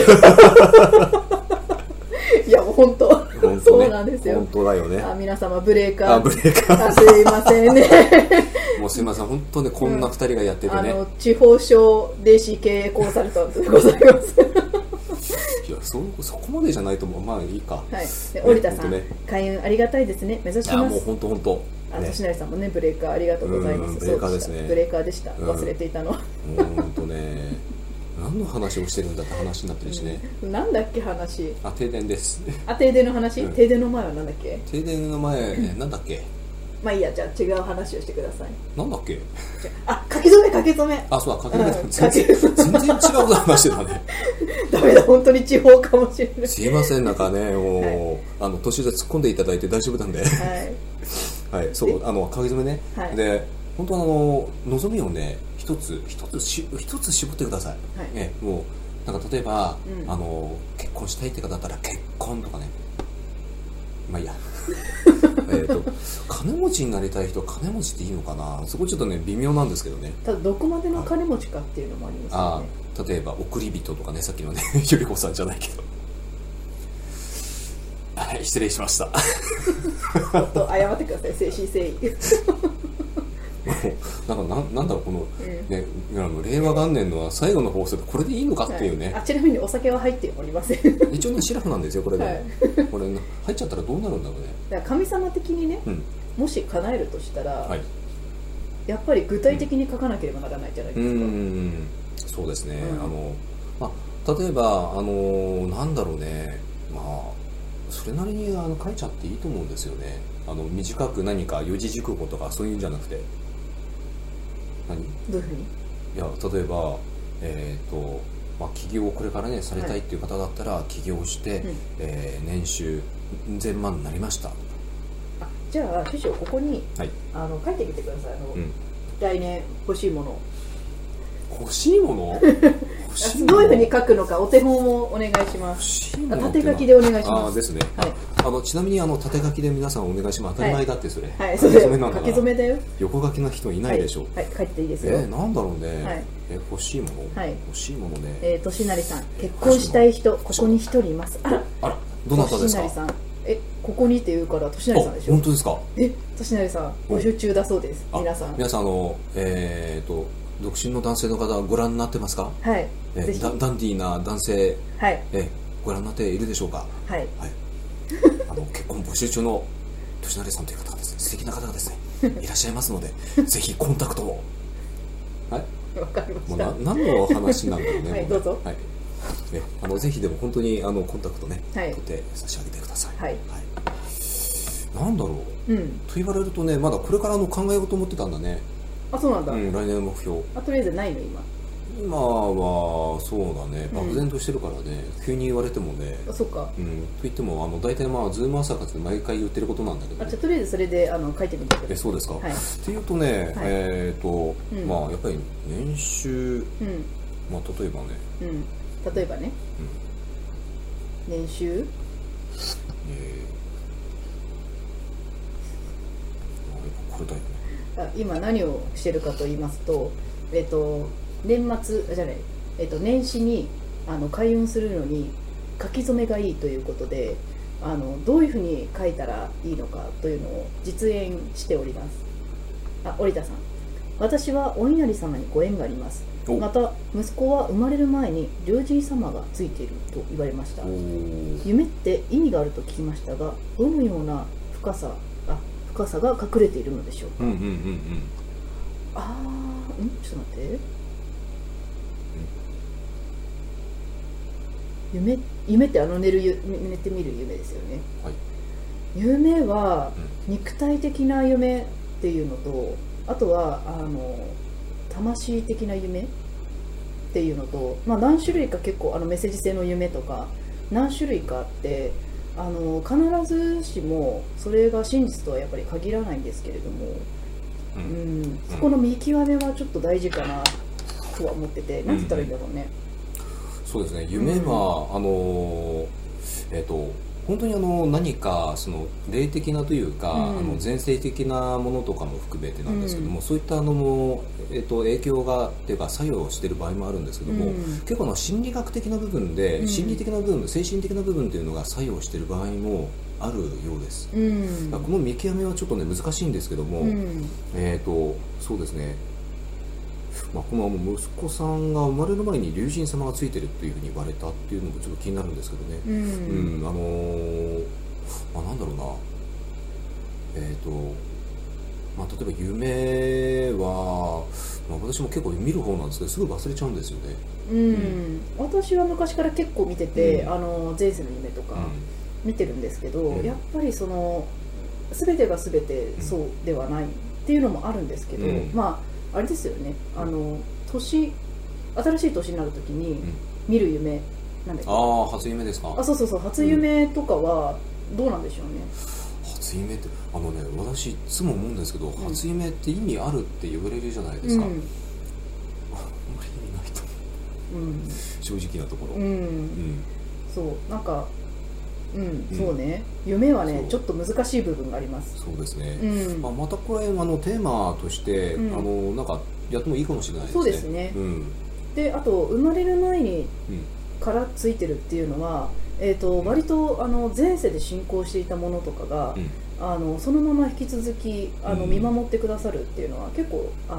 いやもう本当そうなんですよ。 本当だよね。 皆様ブレーカー。 すいませんね。 もうすいません、本当ねこんな2人がやっててね。 地方省電子経営コンサルタントでございます。 いやそこまでじゃないと思う。まあいいか。 織田さん、開運ありがたいですね。目指します。 もう本当。 しなりさんもねブレーカーありがとうございます。 ブレーカーですね。 ブレーカーでした。忘れていたの。 本当ね。何の話をしてるんだって話になってるしね。 なんだっけ話。 停電です。 停電の話。停電の前はなんだっけ。 停電の前なんだっけ。 まあいいや、じゃあ違う話をしてください。 なんだっけ。 書き初め。 そうだ、書き初め。全然違うこと話してたね。 ダメだ、本当に地方かもしれない。 すいません、なんかね、もう途中で突っ込んでいただいて大丈夫なんで。はい、そう、書き初めね。で、本当望みをね、一つ絞ってください。もうなんか例えば結婚したいって方だったら結婚とかね。まあいいや。金持ちになりたい人は金持ちっていいのかな。そこちょっとね微妙なんですけどね。 ただどこまでの金持ちかっていうのもありますよね。 例えば送り人とかね、さっきのねゆり子さんじゃないけど。 はい、失礼しました。 ちょっと謝ってください、誠心誠意。 なんだろうこの、ね、令和元年の最後の放送でこれでいいのかっていうね、 はい、ちなみにお酒は入っておりません。 一応ねシラフなんですよこれで、はい、これ入っちゃったらどうなるんだろうね。 だから神様的にね、もし叶えるとしたら、はい、やっぱり具体的に書かなければならないじゃないですか。 そうですね、例えばなんだろうね、それなりに書いちゃっていいと思うんですよね。短く何か四字熟語とかそういうんじゃなくて、 どういうふうに？ いや例えば起業をこれからねされたいっていう方だったら、はい、起業して、年収1000万になりました。 じゃあ師匠ここに、はい、書いてみてください。来年欲しいもの。 欲しいもの？ どういうふうに書くのかお手本をお願いします。縦書きでお願いします。 ですね。はい、ちなみに縦書きで皆さんお願いします。当たり前だってそれ。 はい、書き初めなんだな。書き初めだよ。 横書きの人いないでしょ。 はい、書いていいですよ。 なんだろうね。はい、欲しいもの？はい、欲しいものね。 としなりさん、結婚したい人ここに一人います。 あら、どなたですか？ としなりさん。ここにって言うからとしなりさんでしょ。 本当ですか？ としなりさん募集中だそうです。皆さん独身の男性の方ご覧になってますか？ はい。 ダンディーな男性、 はい、 ご覧になっているでしょうか？ はい。はい、 結婚募集中のとしなりさんという方がですね、素敵な方がですねいらっしゃいますのでぜひコンタクトを。はい。 わかりました。 もう何の話なんだろうね。 はい、どうぞ。はい。 ぜひでも本当にコンタクトね、 はい、 取って差し上げてください。 はい。はい、 なんだろう、と言われるとね、まだこれから考えようと思ってたんだね。 そうなんだ。 来年の目標。 とりあえずないの今はそうだね、漠然としてるからね、急に言われてもね。 そっか。と言っても大体ズーム朝活で毎回言ってることなんだけど、ね。 じゃあとりあえずそれで書いてみてください。 そうですか。はい、っていうとね、やっぱり年収、例えばね。 例えばね。年収。 これだよね。 今何をしてるかと言いますと、年末じゃない、年始に開運するのに書き初めがいいということで、どういうふうに書いたらいいのかというのを実演しております。織田さん、私はお稲荷様にご縁があります。また息子は生まれる前に龍神様がついていると言われました。夢って意味があると聞きましたが、どのような深さが隠れているのでしょうか。ちょっと待って。夢って寝てみる夢ですよね。はい、夢は肉体的な夢っていうのと、あとは魂的な夢っていうのと、何種類か結構メッセージ性の夢とか何種類かあって。必ずしもそれが真実とはやっぱり限らないんですけれども、そこの見極めはちょっと大事かなとは思ってて、なんて言ったらいいんだろうね。 そうですね、夢は、本当に何かその霊的なというか、前世的なものとかも含めてなんですけども、そういったも影響がっていうか作用している場合もあるんですけども、結構心理学的な部分で、心理的な部分、精神的な部分というのが作用している場合もあるようです。この見極めはちょっとね難しいんですけども、そうですね。この息子さんが生まれる前に龍神様がついてるっていうふうに言われたっていうのもちょっと気になるんですけどね。なんだろうな、例えば夢は、私も結構見る方なんですけどすぐ忘れちゃうんですよね。 私は昔から結構見てて、前世の夢とか見てるんですけど、やっぱりその全てが全てそうではないっていうのもあるんですけど、あれですよね、新しい年になるときに見る夢、なんだっけ。 初夢ですか。 そう初夢とかはどうなんでしょうね。 初夢って私いつも思うんですけど、初夢って意味あるって言われるじゃないですか。あんまり意味ないと思う、正直なところ。 そうなんかそうね、夢はねちょっと難しい部分があります。 そうですね。またこれテーマとしてなんかやってもいいかもしれないですね。 そうですね。であと生まれる前にからついてるっていうのは割と前世で信仰していたものとかが、そのまま引き続き見守ってくださるっていうのは結構あって、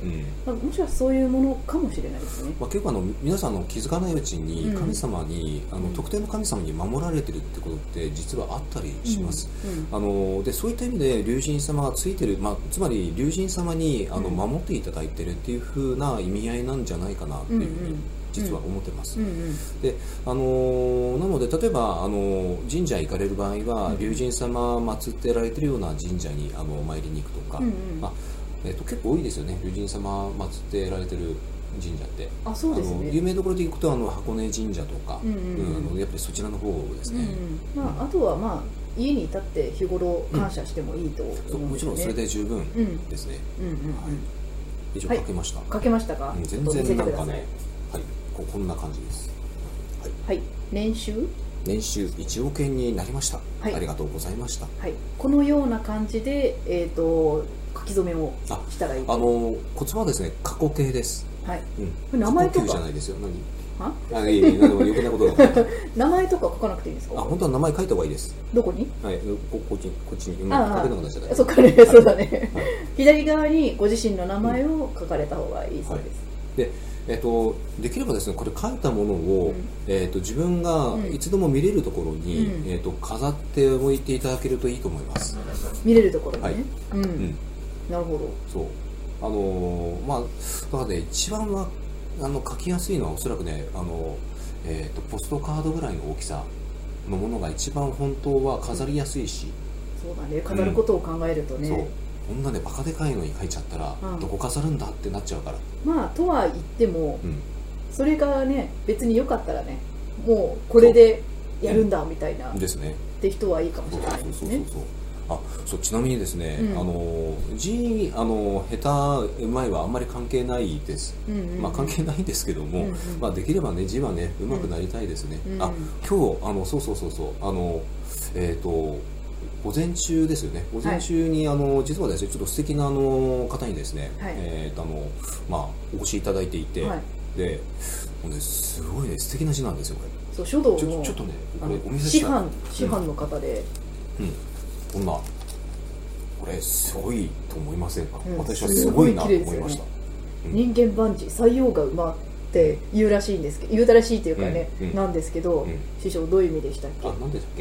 もしかしたらそういうものかもしれないですね。 結構皆さん気づかないうちに神様に、特定の神様に守られてるってことって実はあったりします。でそういった意味で龍神様がついてる、つまり龍神様に守っていただいてるっていう風な意味合いなんじゃないかなっていうふうに実は思ってます。でなので例えば神社行かれる場合は、龍神様祀ってられてるような神社にお参りに行くとか、結構多いですよね、龍神様祀ってられてる神社って。 そうですね、 有名どころで行くと箱根神社とか、やっぱりそちらの方ですね。 あとは家にいたって日頃感謝してもいいと思うんですよね。 もちろんそれで十分ですね。以上書けました。 書けましたか？ 全然なんかね、こんな感じです。 はい。年収 1億円になりました。ありがとうございました。 このような感じで書き初めをしたらいい。 コツはですね、過去形です。 名前とかじゃないですよ。何？いやでも余計なことだから。 名前とか書かなくていいですか？ 本当は名前書いた方がいいです。 どこに？ こっちに。書けなくなっちゃった。 そっかね、そうだね。左側にご自身の名前を書かれた方がいいそうです。 で、できればですね、これ書いたものを、自分がいつでも見れるところに、飾っておいていただけるといいと思います。 見れるところにね。なるほど。 そう。だからね、一番は書きやすいのはおそらくね、ポストカードぐらいの大きさのものが一番本当は飾りやすいし。 そうだね、飾ることを考えるとね。 こんなねバカでかいのに書いちゃったら、どこ飾るんだってなっちゃうから。 とは言っても、それがね別によかったらね、もうこれでやるんだみたいなですね。 って人はいいかもしれないですね。 ちなみにですね、字下手うまいはあんまり関係ないです。関係ないんですけども、できればね字はねうまくなりたいですね。今日午前中ですよね。午前中に実はですね、ちょっと素敵な方にですね、お越しいただいていて、ですごいね素敵な字なんですよこれ。 そう、書道のちょっとねこれお見せしたい。 師範の方で、 こんなこれすごいと思いませんか？私はすごいなと思いました。 人間万事採用が馬って言うらしいんですけど、言うたらしいっていうかね、なんですけど、師匠どういう意味でしたっけ？ なんで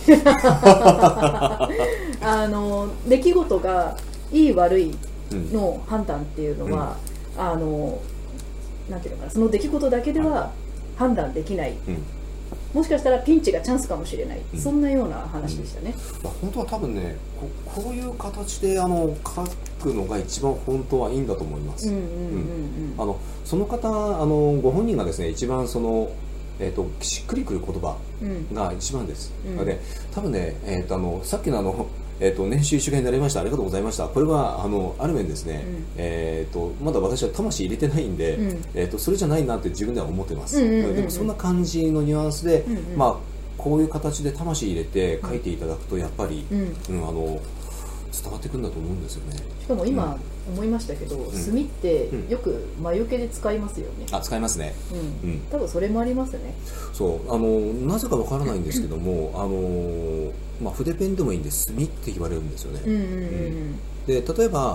したっけ？出来事がいい悪いの判断っていうのは、なんていうのかな、その出来事だけでは判断できない。もしかしたらピンチがチャンスかもしれない、そんなような話でしたね。 本当は多分ね、こういう形で書くのが一番本当はいいんだと思います。その方ご本人がですね一番しっくりくる言葉が一番です。で多分ね、さっきの年収1億円になりました、ありがとうございました、これはある面ですね、まだ私は魂入れてないんで、それじゃないなって自分では思ってます。でもそんな感じのニュアンスで、こういう形で魂入れて書いていただくとやっぱり、伝わってくるんだと思うんですよね。 しかも今思いましたけど、墨ってよく魔除けで使いますよね。 使いますね。 多分それもありますね。 そうなぜかわからないんですけども筆ペンでもいいんで墨って言われるんですよね。で例えば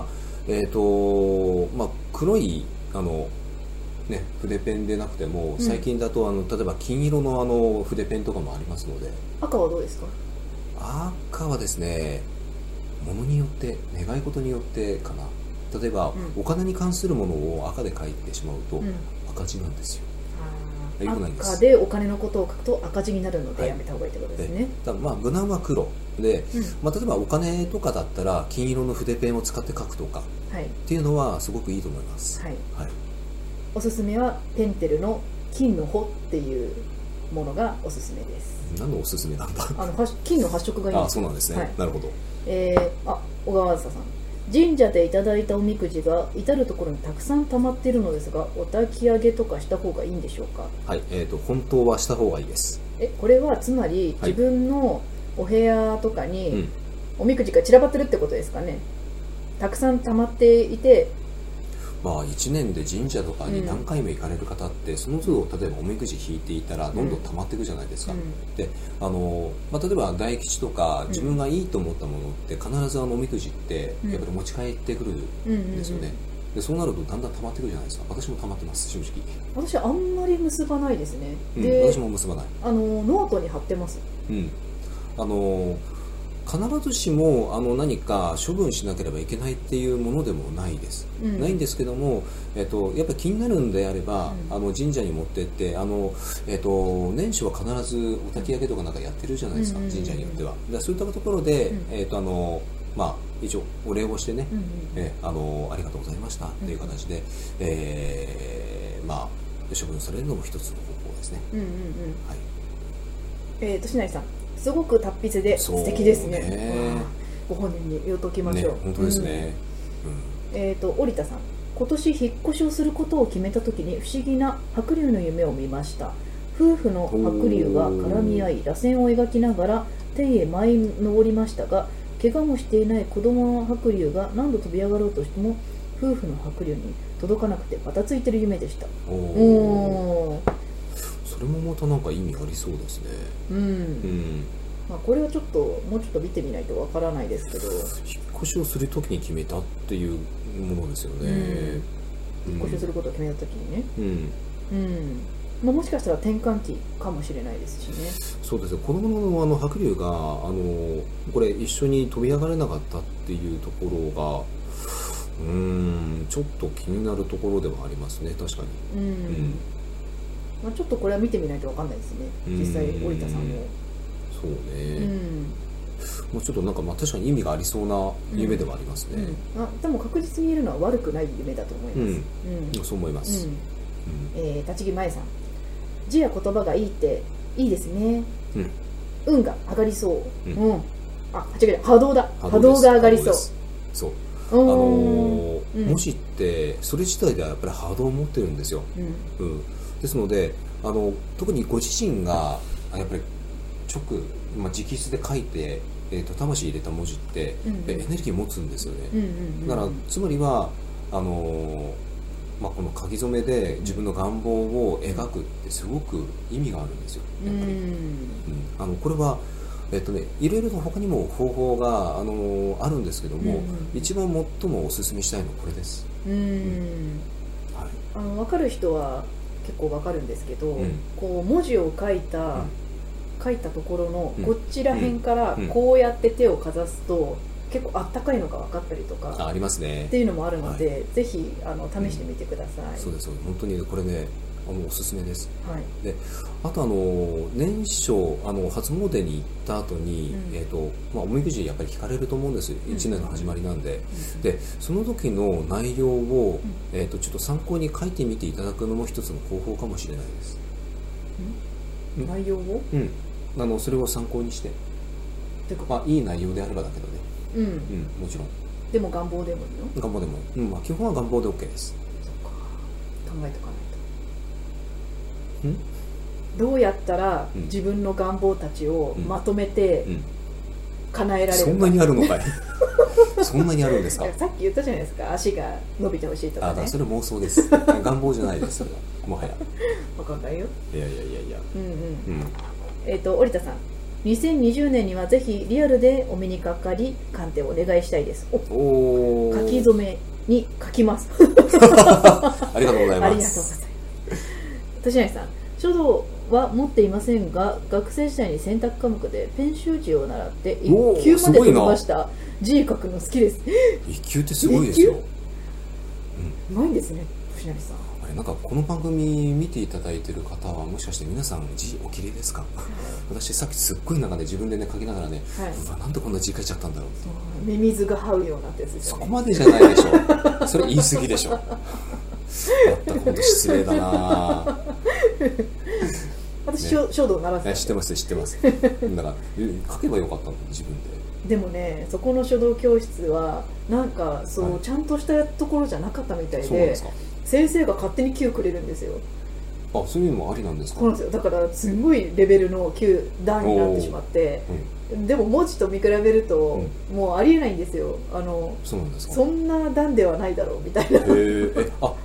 黒い筆ペンでなくても最近だと例えば金色の筆ペンとかもありますので。 赤はどうですか？ 赤はですね、ものによって願い事によってかな。例えば、お金に関するものを赤で書いてしまうと赤字なんですよ。 赤でお金のことを書くと赤字になるのでやめた方がいいってことですね。 無難は黒で、例えばお金とかだったら金色の筆ペンを使って書くとかっていうのはすごくいいと思います。 おすすめはペンテルの金の穂っていうものがおすすめです。 何のおすすめなんだ？ 金の発色がいいんです。 そうなんですね。なるほど。 小川梓さん、神社でいただいたおみくじが至る所にたくさん溜まっているのですが、お焚き上げとかした方がいいんでしょうか？ 本当はした方がいいです。 これはつまり自分のお部屋とかにおみくじが散らばってるってことですかね。たくさん溜まっていて、 1年で神社とかに何回も行かれる方って、その都度例えばおみくじ引いていたらどんどん溜まっていくじゃないですか、で例えば大吉とか自分がいいと思ったものって必ずおみくじってやっぱり持ち帰ってくるんですよね、でそうなるとだんだん溜まってくるじゃないですか。私も溜まってます、正直。 私あんまり結ばないですね、 で私も結ばない。 ノートに貼ってます。 必ずしも何か処分しなければいけないっていうものでもないです、ないんですけども、やっぱり気になるんであれば、神社に持ってって、年始は必ずお焚き上げとかなんかやってるじゃないですか、神社によっては。そういったところで、一応お礼をしてね、ありがとうございましたっていう形で、処分されるのも一つの方法ですね。 しなりさん、すごく達筆で素敵ですね。ご本人に言うときましょう。 本当ですね。 織田さん、今年引っ越しをすることを決めたときに不思議な白龍の夢を見ました。夫婦の白龍が絡み合い、螺旋を描きながら天へ舞い上りましたが、怪我もしていない子供の白龍が何度飛び上がろうとしても夫婦の白龍に届かなくてバタついてる夢でした。 それもまたなんか意味ありそうですね。 これはちょっともうちょっと見てみないとわからないですけど、 引っ越しをするときに決めたっていうものですよね。 引っ越しをすることを決めたときにね。もしかしたら転換期かもしれないですしね。 そうですね。子供の白龍がこれ一緒に飛び上がれなかったっていうところがちょっと気になるところではありますね。確かに。 ちょっとこれは見てみないと分かんないですね、実際織田さんも。 そうね、もうちょっとなんか確かに意味がありそうな夢ではありますね。 でも確実に言えるのは悪くない夢だと思います。 そう思います。 立木舞さん、字や言葉がいいっていいですね。運が上がりそう。違う、波動だ。波動が上がりそう。 そう文字ってそれ自体ではやっぱり波動を持ってるんですよ。ですので特にご自身がやっぱり直筆で書いて、魂入れた文字って、エネルギー持つんですよね。だからつまりはこの書き初めで自分の願望を描くってすごく意味があるんですよ、やっぱり。これはいろいろと他にも方法があるんですけども、一番最もお勧めしたいのはこれです。 分かる人は結構分かるんですけど、こう文字を書いたところのこっちら辺からこうやって手をかざすと結構あったかいのが分かったりとかありますねっていうのもあるので、ぜひ試してみてください。 そうです。本当にこれねおすすめです。であと年初初詣に行った後に、おみくじやっぱり引かれると思うんです。1年の始まりなんで、でその時の内容を、ちょっと参考に書いてみていただくのも一つの方法かもしれないです。 内容を？ それを参考にして、いい内容であればだけどね。もちろん。 でも願望でもいいの？ 願望でも、基本は願望で OK です。 そっか。考えとかないと。どうやったら自分の願望たちをまとめて叶えられるか。 そんなにあるのかい。そんなにあるんですか。 さっき言ったじゃないですか、足が伸びてほしいとかね。 それ妄想です。願望じゃないです。もはや。 分かんないよ。 いや。 織田さん、2020年にはぜひリアルでお目にかかり鑑定をお願いしたいです。書き初めに書きます。 ありがとうございます。 ありがとうございます。田内さん、書道は持っていませんが、学生時代に選択科目でペン習字を習って1級まで取りました。字書くの好きです。 1級ってすごいですよ。 うまいんですね、田内さん。 なんかこの番組見ていただいている方はもしかして皆さん字おきれいですか？私さっきすっごい中で自分でね書きながらね、なんでこんな字書いちゃったんだろう。 ミミズが這うようなってやつですよね。 そこまでじゃないでしょ。それ言い過ぎでしょ。まったく本当失礼だな。 私、書道習って知ってます。だから書けばよかったの自分で。 でもね、そこの書道教室はなんかちゃんとしたところじゃなかったみたいで、先生が勝手に級くれるんですよ。 そういうのもありなんですか？ そうなんですよ。だからすごいレベルの級段になってしまって、でも文字と見比べるともうありえないんですよ。 そうなんですか？ そんな段ではないだろうみたいな。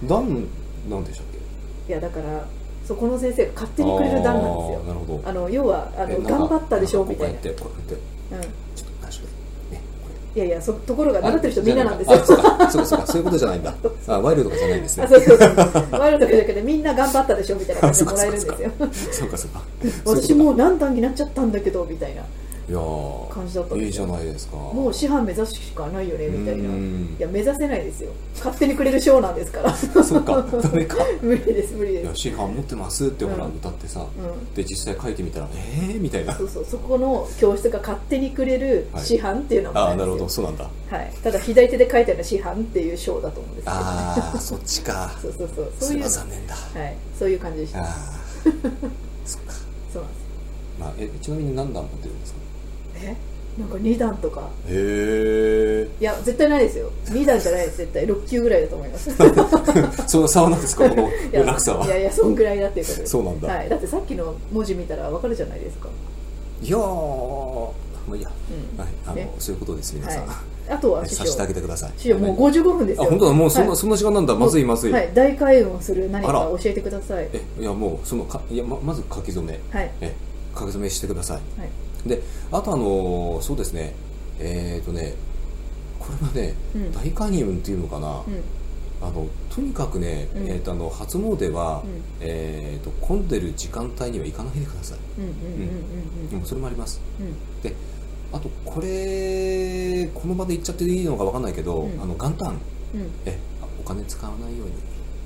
段なんでしたっけ？いやだからそこの先生が勝手にくれる段なんですよ。 なるほど。 要は頑張ったでしょみたいな。 こうやってちょっと内緒でね。 いやいや、ところが習ってる人みんななんですよ。 そういうことじゃないんだ。ワイルドとかじゃないんですね。 そうワイルドとかじゃなくてみんな頑張ったでしょみたいな感じでもらえるんですよ。 そうかそうか。 私もう何段になっちゃったんだけどみたいな。 いや感じだったんですよ。 いいじゃないですか。 もう師範目指すしかないよねみたいな。いや目指せないですよ。勝手にくれる賞なんですから。 そうか、ダメか。 無理です。 いや師範持ってますってほら歌ってさ、で実際書いてみたらみたいな。 そこの教室が勝手にくれる師範っていうのもあるんですよ。 なるほど、そうなんだ。 はい。ただ左手で書いてある師範っていう賞だと思うんですけど。 そっちか。 そうそれは残念だ。 はい。そういう感じでした。 そっか。 そうなんです。 ちなみに何段持ってるんですか？ なんか2段とか。 へいや絶対ないですよ。2段じゃないです。絶対6級ぐらいだと思います。 その差は何ですか、この落差は。 いやそんぐらいだっていうことです。 そうなんだ。 はい。だってさっきの文字見たらわかるじゃないですか。 いやまあいいや。はい。そういうことです皆さん。 あとは師匠。 させてあげてください。 師匠もう55分ですよ。 本当だ、もうそんな時間なんだ。まずい。はい。 大開運をする何か教えてください。 いやもうまず書き初め。 はい。 書き初めしてください。 はい。 で、あとそうですね。これはね、大開運っていうのかな。とにかくね、初詣は、混んでる時間帯には行かないでください。それもあります。で、あとこの場で言っちゃっていいのか分かんないけど、元旦、お金使わないように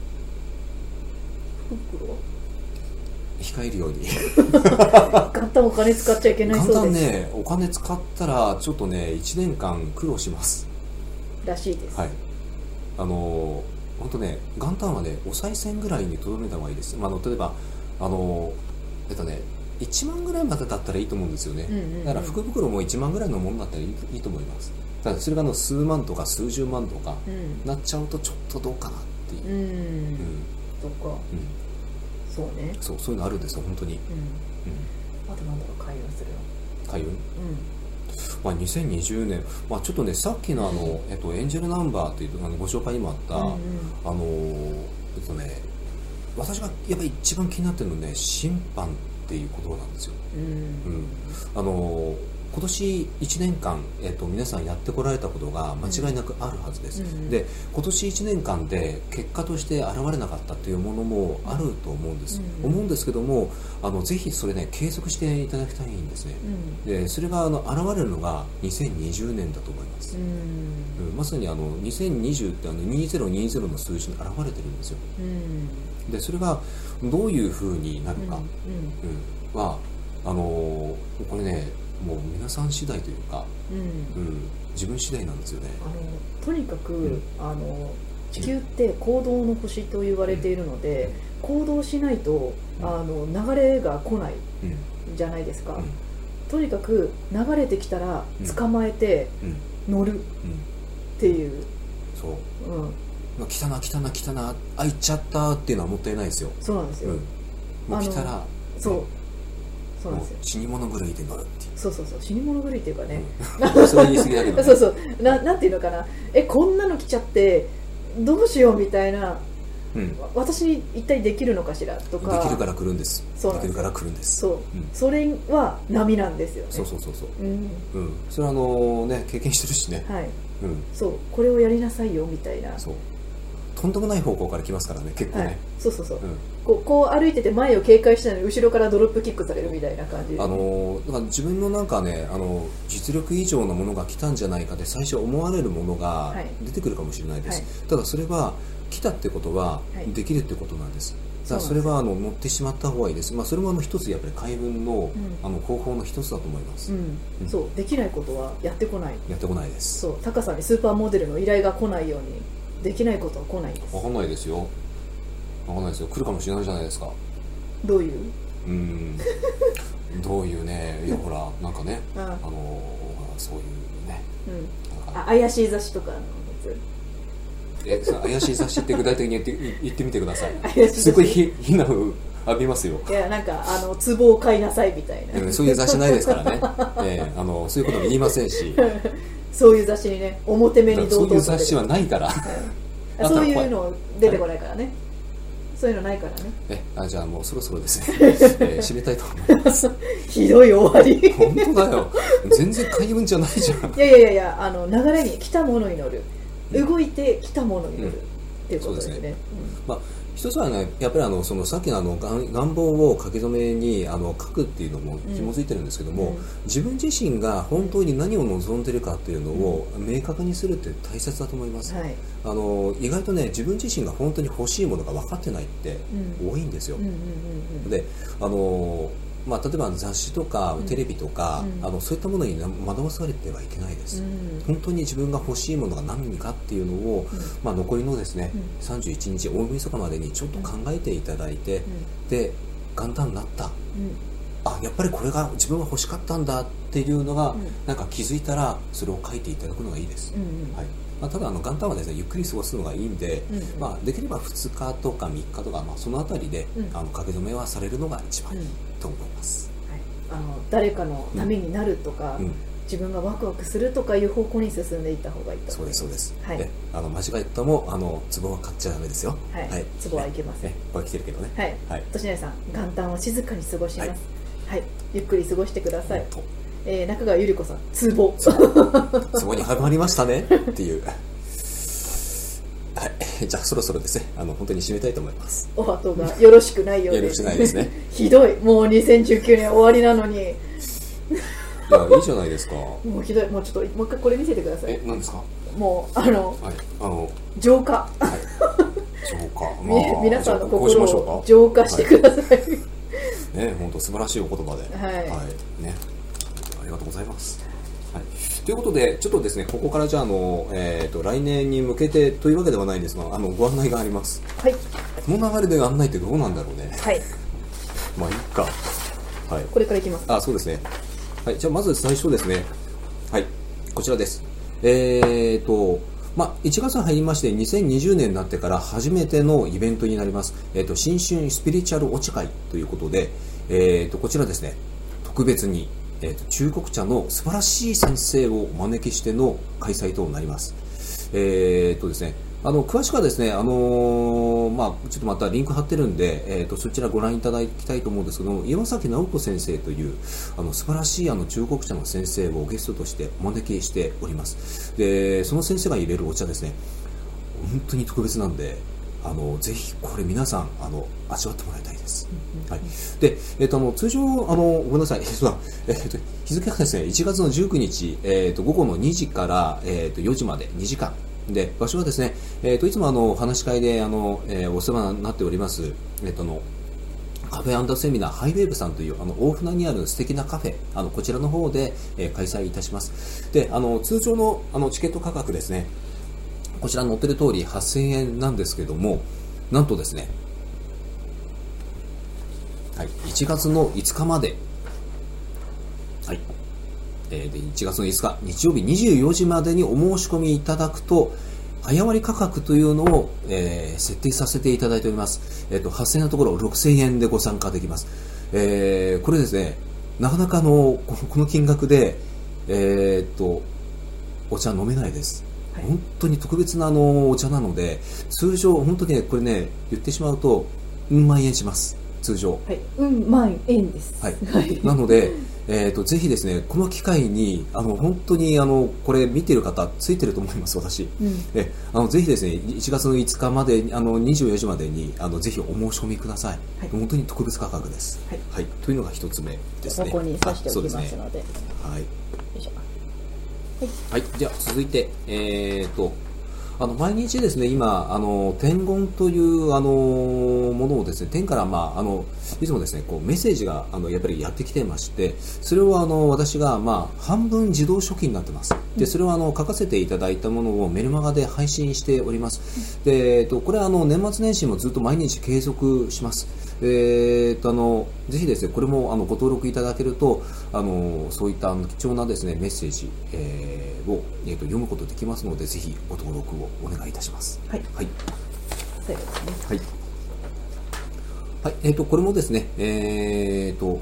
控えるように。 元旦お金使っちゃいけないそうです。 元旦ね、お金使ったらちょっとね1年間苦労しますらしいです。 はい。本当ね、元旦はねお賽銭ぐらいにとどめた方がいいです。例えば1万ぐらいまでだったらいいと思うんですよね。だから福袋も1万ぐらいのものだったらいいと思います。ただそれが数万とか数十万とかなっちゃうとちょっとどうかなっていう。 そっか。そうね。 そういうのあるんですよ本当に。 あとなんだろう、開運するの。 開運。2020年、ちょっとねさっきのエンジェルナンバーというご紹介にもあった私がやっぱり一番気になってるのはね、審判っていう言葉なんですよ。今年1年間、皆さんやってこられたことが間違いなくあるはずです。で、今年1年間で結果として現れなかったというものもあると思うんです。思うんですけども、ぜひそれね継続していただきたいんですね。で、それが現れるのが2020年だと思います。まさに2020って2020の数字に現れてるんですよ。で、それがどういう風になるかはこれね、もう皆さん次第というか、自分次第なんですよね。 とにかく、地球って行動の星と言われているので、行動しないと流れが来ないじゃないですか。とにかく流れてきたら捕まえて乗るっていう。 そう。来たな行っちゃったっていうのはもったいないですよ。 そうなんですよ。 もう来たらそうなんですよ。 死に物狂いで乗るっていう。 そう死に物狂いっていうかね。 それ言い過ぎだけどね。 なんていうのかな。こんなの来ちゃってどうしようみたいな。私に一体できるのかしらとか。 できるから来るんです。できるから来るんです。 それは波なんですよね。 そう。それはね、経験してるしね。 はい。そう、これをやりなさいよみたいな。 そう。とんでもない方向から来ますからね、結構ね。 そう。こう歩いてて前を警戒してないのに後ろからドロップキックされるみたいな感じで、 だから自分のなんかね、実力以上のものが来たんじゃないかで最初思われるものが出てくるかもしれないです。ただそれは来たってことはできるってことなんです。だからそれは乗ってしまった方がいいです。それも一つやっぱり開運の方法の一つだと思います。そう、 できないことはやってこないです。 そう、タカさんにスーパーモデルの依頼が来ないようにできないことは来ないです。 分かんないですよ。来るかもしれないじゃないですか。 どういうどういうね、いやほらなんかね、そういうね、 怪しい雑誌とかのやつ。 怪しい雑誌って具体的に言ってみてください。すごい非難を浴びますよ。 いや、なんか壺を買いなさいみたいな。 そういう雑誌ないですからね。そういうことも言いませんし。 そういう雑誌にね、表目に堂々と。 そういう雑誌はないから。 そういうの出てこないからね、そういうのないからね。 じゃあもうそろそろですね、締めたいと思います。 ひどい終わり。 本当だよ、全然開運じゃないじゃん。 いや、流れに来たものに乗る、動いて来たものに乗る、っていうことですね。そうですね。 まあ一つはね、やっぱりそのさっきの願望を書き初めに書くっていうのも紐づいてるんですけども、自分自身が本当に何を望んでるかっていうのを明確にするって大切だと思います。意外とね、自分自身が本当に欲しいものが分かってないって多いんですよ。で、例えば雑誌とかテレビとか、そういったものに惑わされてはいけないです。本当に自分が欲しいものが何かっていうのを、残りのですね、31日大晦日までにちょっと考えていただいて、で元旦になった、やっぱりこれが自分が欲しかったんだっていうのが、なんか気づいたらそれを書いていただくのがいいです。ただ元旦はですね、ゆっくり過ごすのがいいんで、できれば2日とか3日とか、そのあたりで、書き初めはされるのが一番いいと思います。 誰かのためになるとか、自分がワクワクするとかいう方向に進んでいった方がいいと思います。 そうです。間違えたも壺は買っちゃダメですよ。 壺はいけません。 これ来てるけどね。 としなりさん、元旦は静かに過ごします。ゆっくり過ごしてください。中川ゆり子さん、壺にはまりましたねっていう。じゃあそろそろですね、本当に締めたいと思います。 お後がよろしくないようで。 よろしくないですね。 ひどい、もう2019年終わりなのに。 いや、いいじゃないですか。 もうひどい、もうちょっともう一回これ見せてください。 何ですか。 もう浄化。皆さんの心を浄化してください。 本当素晴らしいお言葉で、ありがとうございます。ということで、ちょっとですね、ここからじゃあ来年に向けてというわけではないんですが、ご案内があります。この流れで案内ってどうなんだろうね。まあいいか。 これからいきます。 そうですね。じゃあまず最初ですね。こちらです。1月入りまして2020年になってから初めてのイベントになります。新春スピリチュアルお茶会ということで、こちらですね、特別に中国茶の素晴らしい先生をお招きしての開催となります。ですね、詳しくはですね、ちょっとまたリンク貼ってるんで、そちらご覧いただきたいと思うんですけども、岩崎直子先生という素晴らしい中国茶の先生をゲストとしてお招きしております。で、その先生が入れるお茶ですね、本当に特別なんで、ぜひこれ皆さん味わってもらいたいです。で、通常ごめんなさい、日付がですね1月の19日、午後の2時から、4時まで2時間で、場所はですね、いつも話し会でお世話になっております、カフェ&セミナーハイウェーブさんという大船にある素敵なカフェ、こちらの方で、開催いたします。で、通常のチケット価格ですね、こちら載ってる通り8000円なんですけども、なんとですね、1月の5日まで、で1月の5日日曜日24時までにお申し込みいただくと、早割価格というのを、設定させていただいております。8000円のところ6000円でご参加できます。これですね、なかなかこの金額で、お茶飲めないです。本当に特別なお茶なので、通常本当にこれね、言ってしまうと万円します。通常万円です。 なので、ぜひですね、この機会に本当にこれ見てる方ついてると思います。私、ぜひですね、1月の5日まで24時までにぜひお申し込みください。本当に特別価格です。というのが一つ目ですね。 ここに刺しておきますので。 じゃあ続いて、毎日ですね、今天言というものをですね、天からいつもですね、メッセージがやっぱりやってきてまして、それを私が半分自動書記になってます。で、それを書かせていただいたものをメルマガで配信しております。で、これは年末年始もずっと毎日継続します。ぜひですね、これもご登録いただけるとそういった貴重なですねメッセージ、を、読むことできますので、ぜひご登録をお願いいたします。 最後ですね。 これもですね、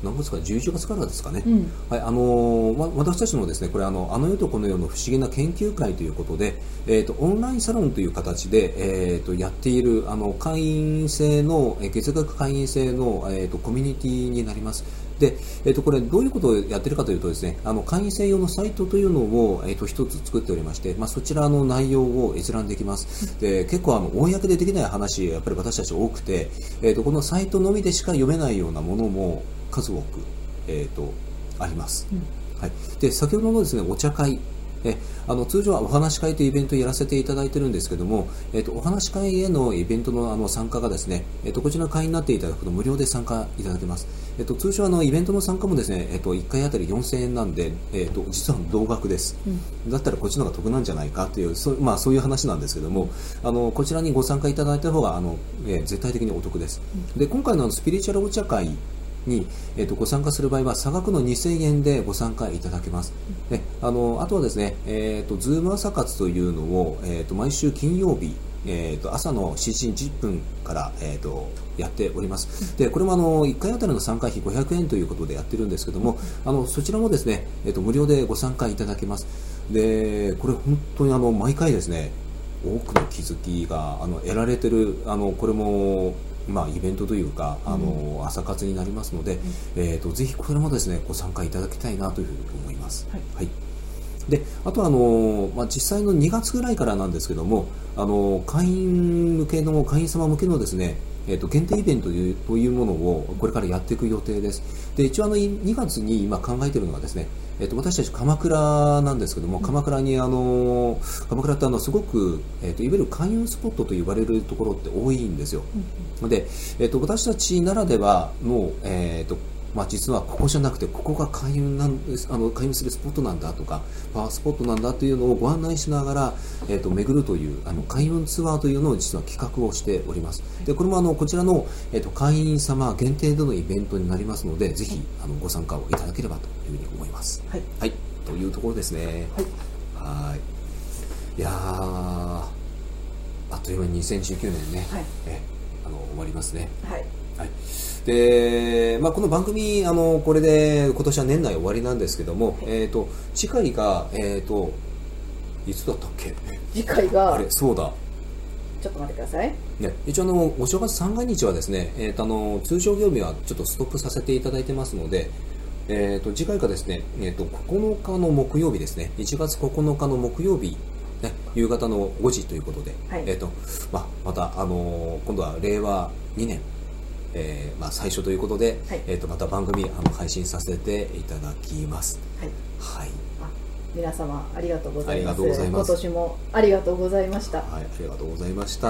何月か11月からですかね、はい、私たちのですねこれあの世とこの世の不思議な研究会ということで、オンラインサロンという形で、やっている会員制の月額会員制の、コミュニティになります。で、これどういうことをやっているかというとですね、会員制用のサイトというのを、一つ作っておりまして、そちらの内容を閲覧できます。で、結構公でできない話やっぱり私たち多くて、このサイトのみでしか読めないようなものも数多く、あります。はい。で、先ほどのですねお茶会、通常はお話し会というイベントをやらせていただいているんですけども、お話し会へのイベントの参加がですね、こちらの会員になっていただくと無料で参加いただけます。通常イベントの参加もですね、1回あたり4000円なんで、実は同額です。だったらこっちの方が得なんじゃないかという、そういう話なんですけども、こちらにご参加いただいた方が絶対的にお得です。で、今回のスピリチュアルお茶会に、ご参加する場合は差額の2000円でご参加いただけます。あとはですね、ズーム朝活というのを、毎週金曜日、朝の7時10分から、やっております。で、これも1回あたりの参加費500円ということでやってるんですけども、そちらもですね、無料でご参加いただけます。で、これ本当に毎回ですね、多くの気づきが得られてる、これもイベントというか朝活になりますので、ぜひこれもですねご参加いただきたいなというふうに思います。はい。で、あと実際の2月ぐらいからなんですけども、会員様向けのですね、限定イベントというものをこれからやっていく予定です。で、一応2月に今考えているのがですね、私たち鎌倉なんですけども、鎌倉に鎌倉ってすごく、いわゆる開運スポットと言われるところって多いんですよ。で、私たちならではの、実はここじゃなくてここが開運開運するスポットなんだとかパワースポットなんだというのをご案内しながら、巡るという開運ツアーというのを実は企画をしております。で、これもこちらの、会員様限定でのイベントになりますので、ぜひご参加をいただければというふうに思います。はい、はい、というところですね。はい。いやー、あっという間に2019年ね、終わりますね。はい。で、この番組これで今年は年内終わりなんですけども、次回がいつだったっけ？ 次回がそうだ。 ちょっと待ってください。 ね、一応お正月三が日はですね、通常業務はちょっとストップさせていただいてますので、次回がですね、9日の木曜日ですね、1月9日の木曜日。夕方の5時ということで、また今度は令和2年、最初ということで、また番組配信させていただきます。はい。 皆様ありがとうございます。今年もありがとうございました。 はい、ありがとうございました。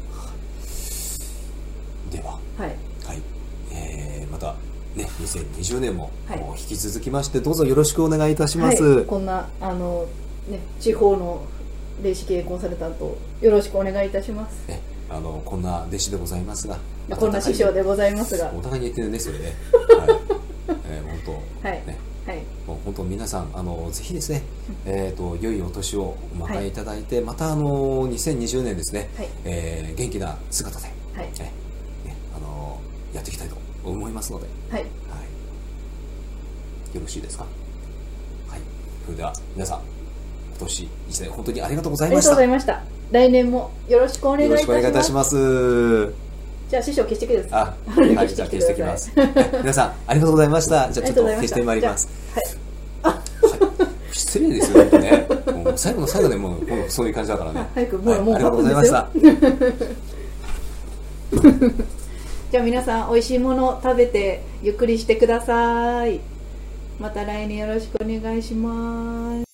では、またね、2020年も引き続きましてどうぞよろしくお願いいたします。 こんな地方の霊視系コンサルタントよろしくお願いいたします。 こんな弟子でございますが、 こんな師匠でございますが、 お互いに言ってるね、それね。本当、ね、もう本当皆さんぜひですね、良いお年をお迎えいただいて、また2020年ですね、元気な姿で、やっていきたいと思いますので、よろしいですか。はい。それでは皆さん、今年1年本当にありがとうございました。 ありがとうございました。来年もよろしくお願いいたします。よろしくお願いいたします。じゃあ師匠消してください。 はい、じゃあ消してきます。皆さんありがとうございました。じゃあちょっと消してまいります。失礼ですよね。もう最後の最後でもうそういう感じだからね。 早くもうありがとうございました。 じゃあ皆さん美味しいもの食べてゆっくりしてください。また来年よろしくお願いします。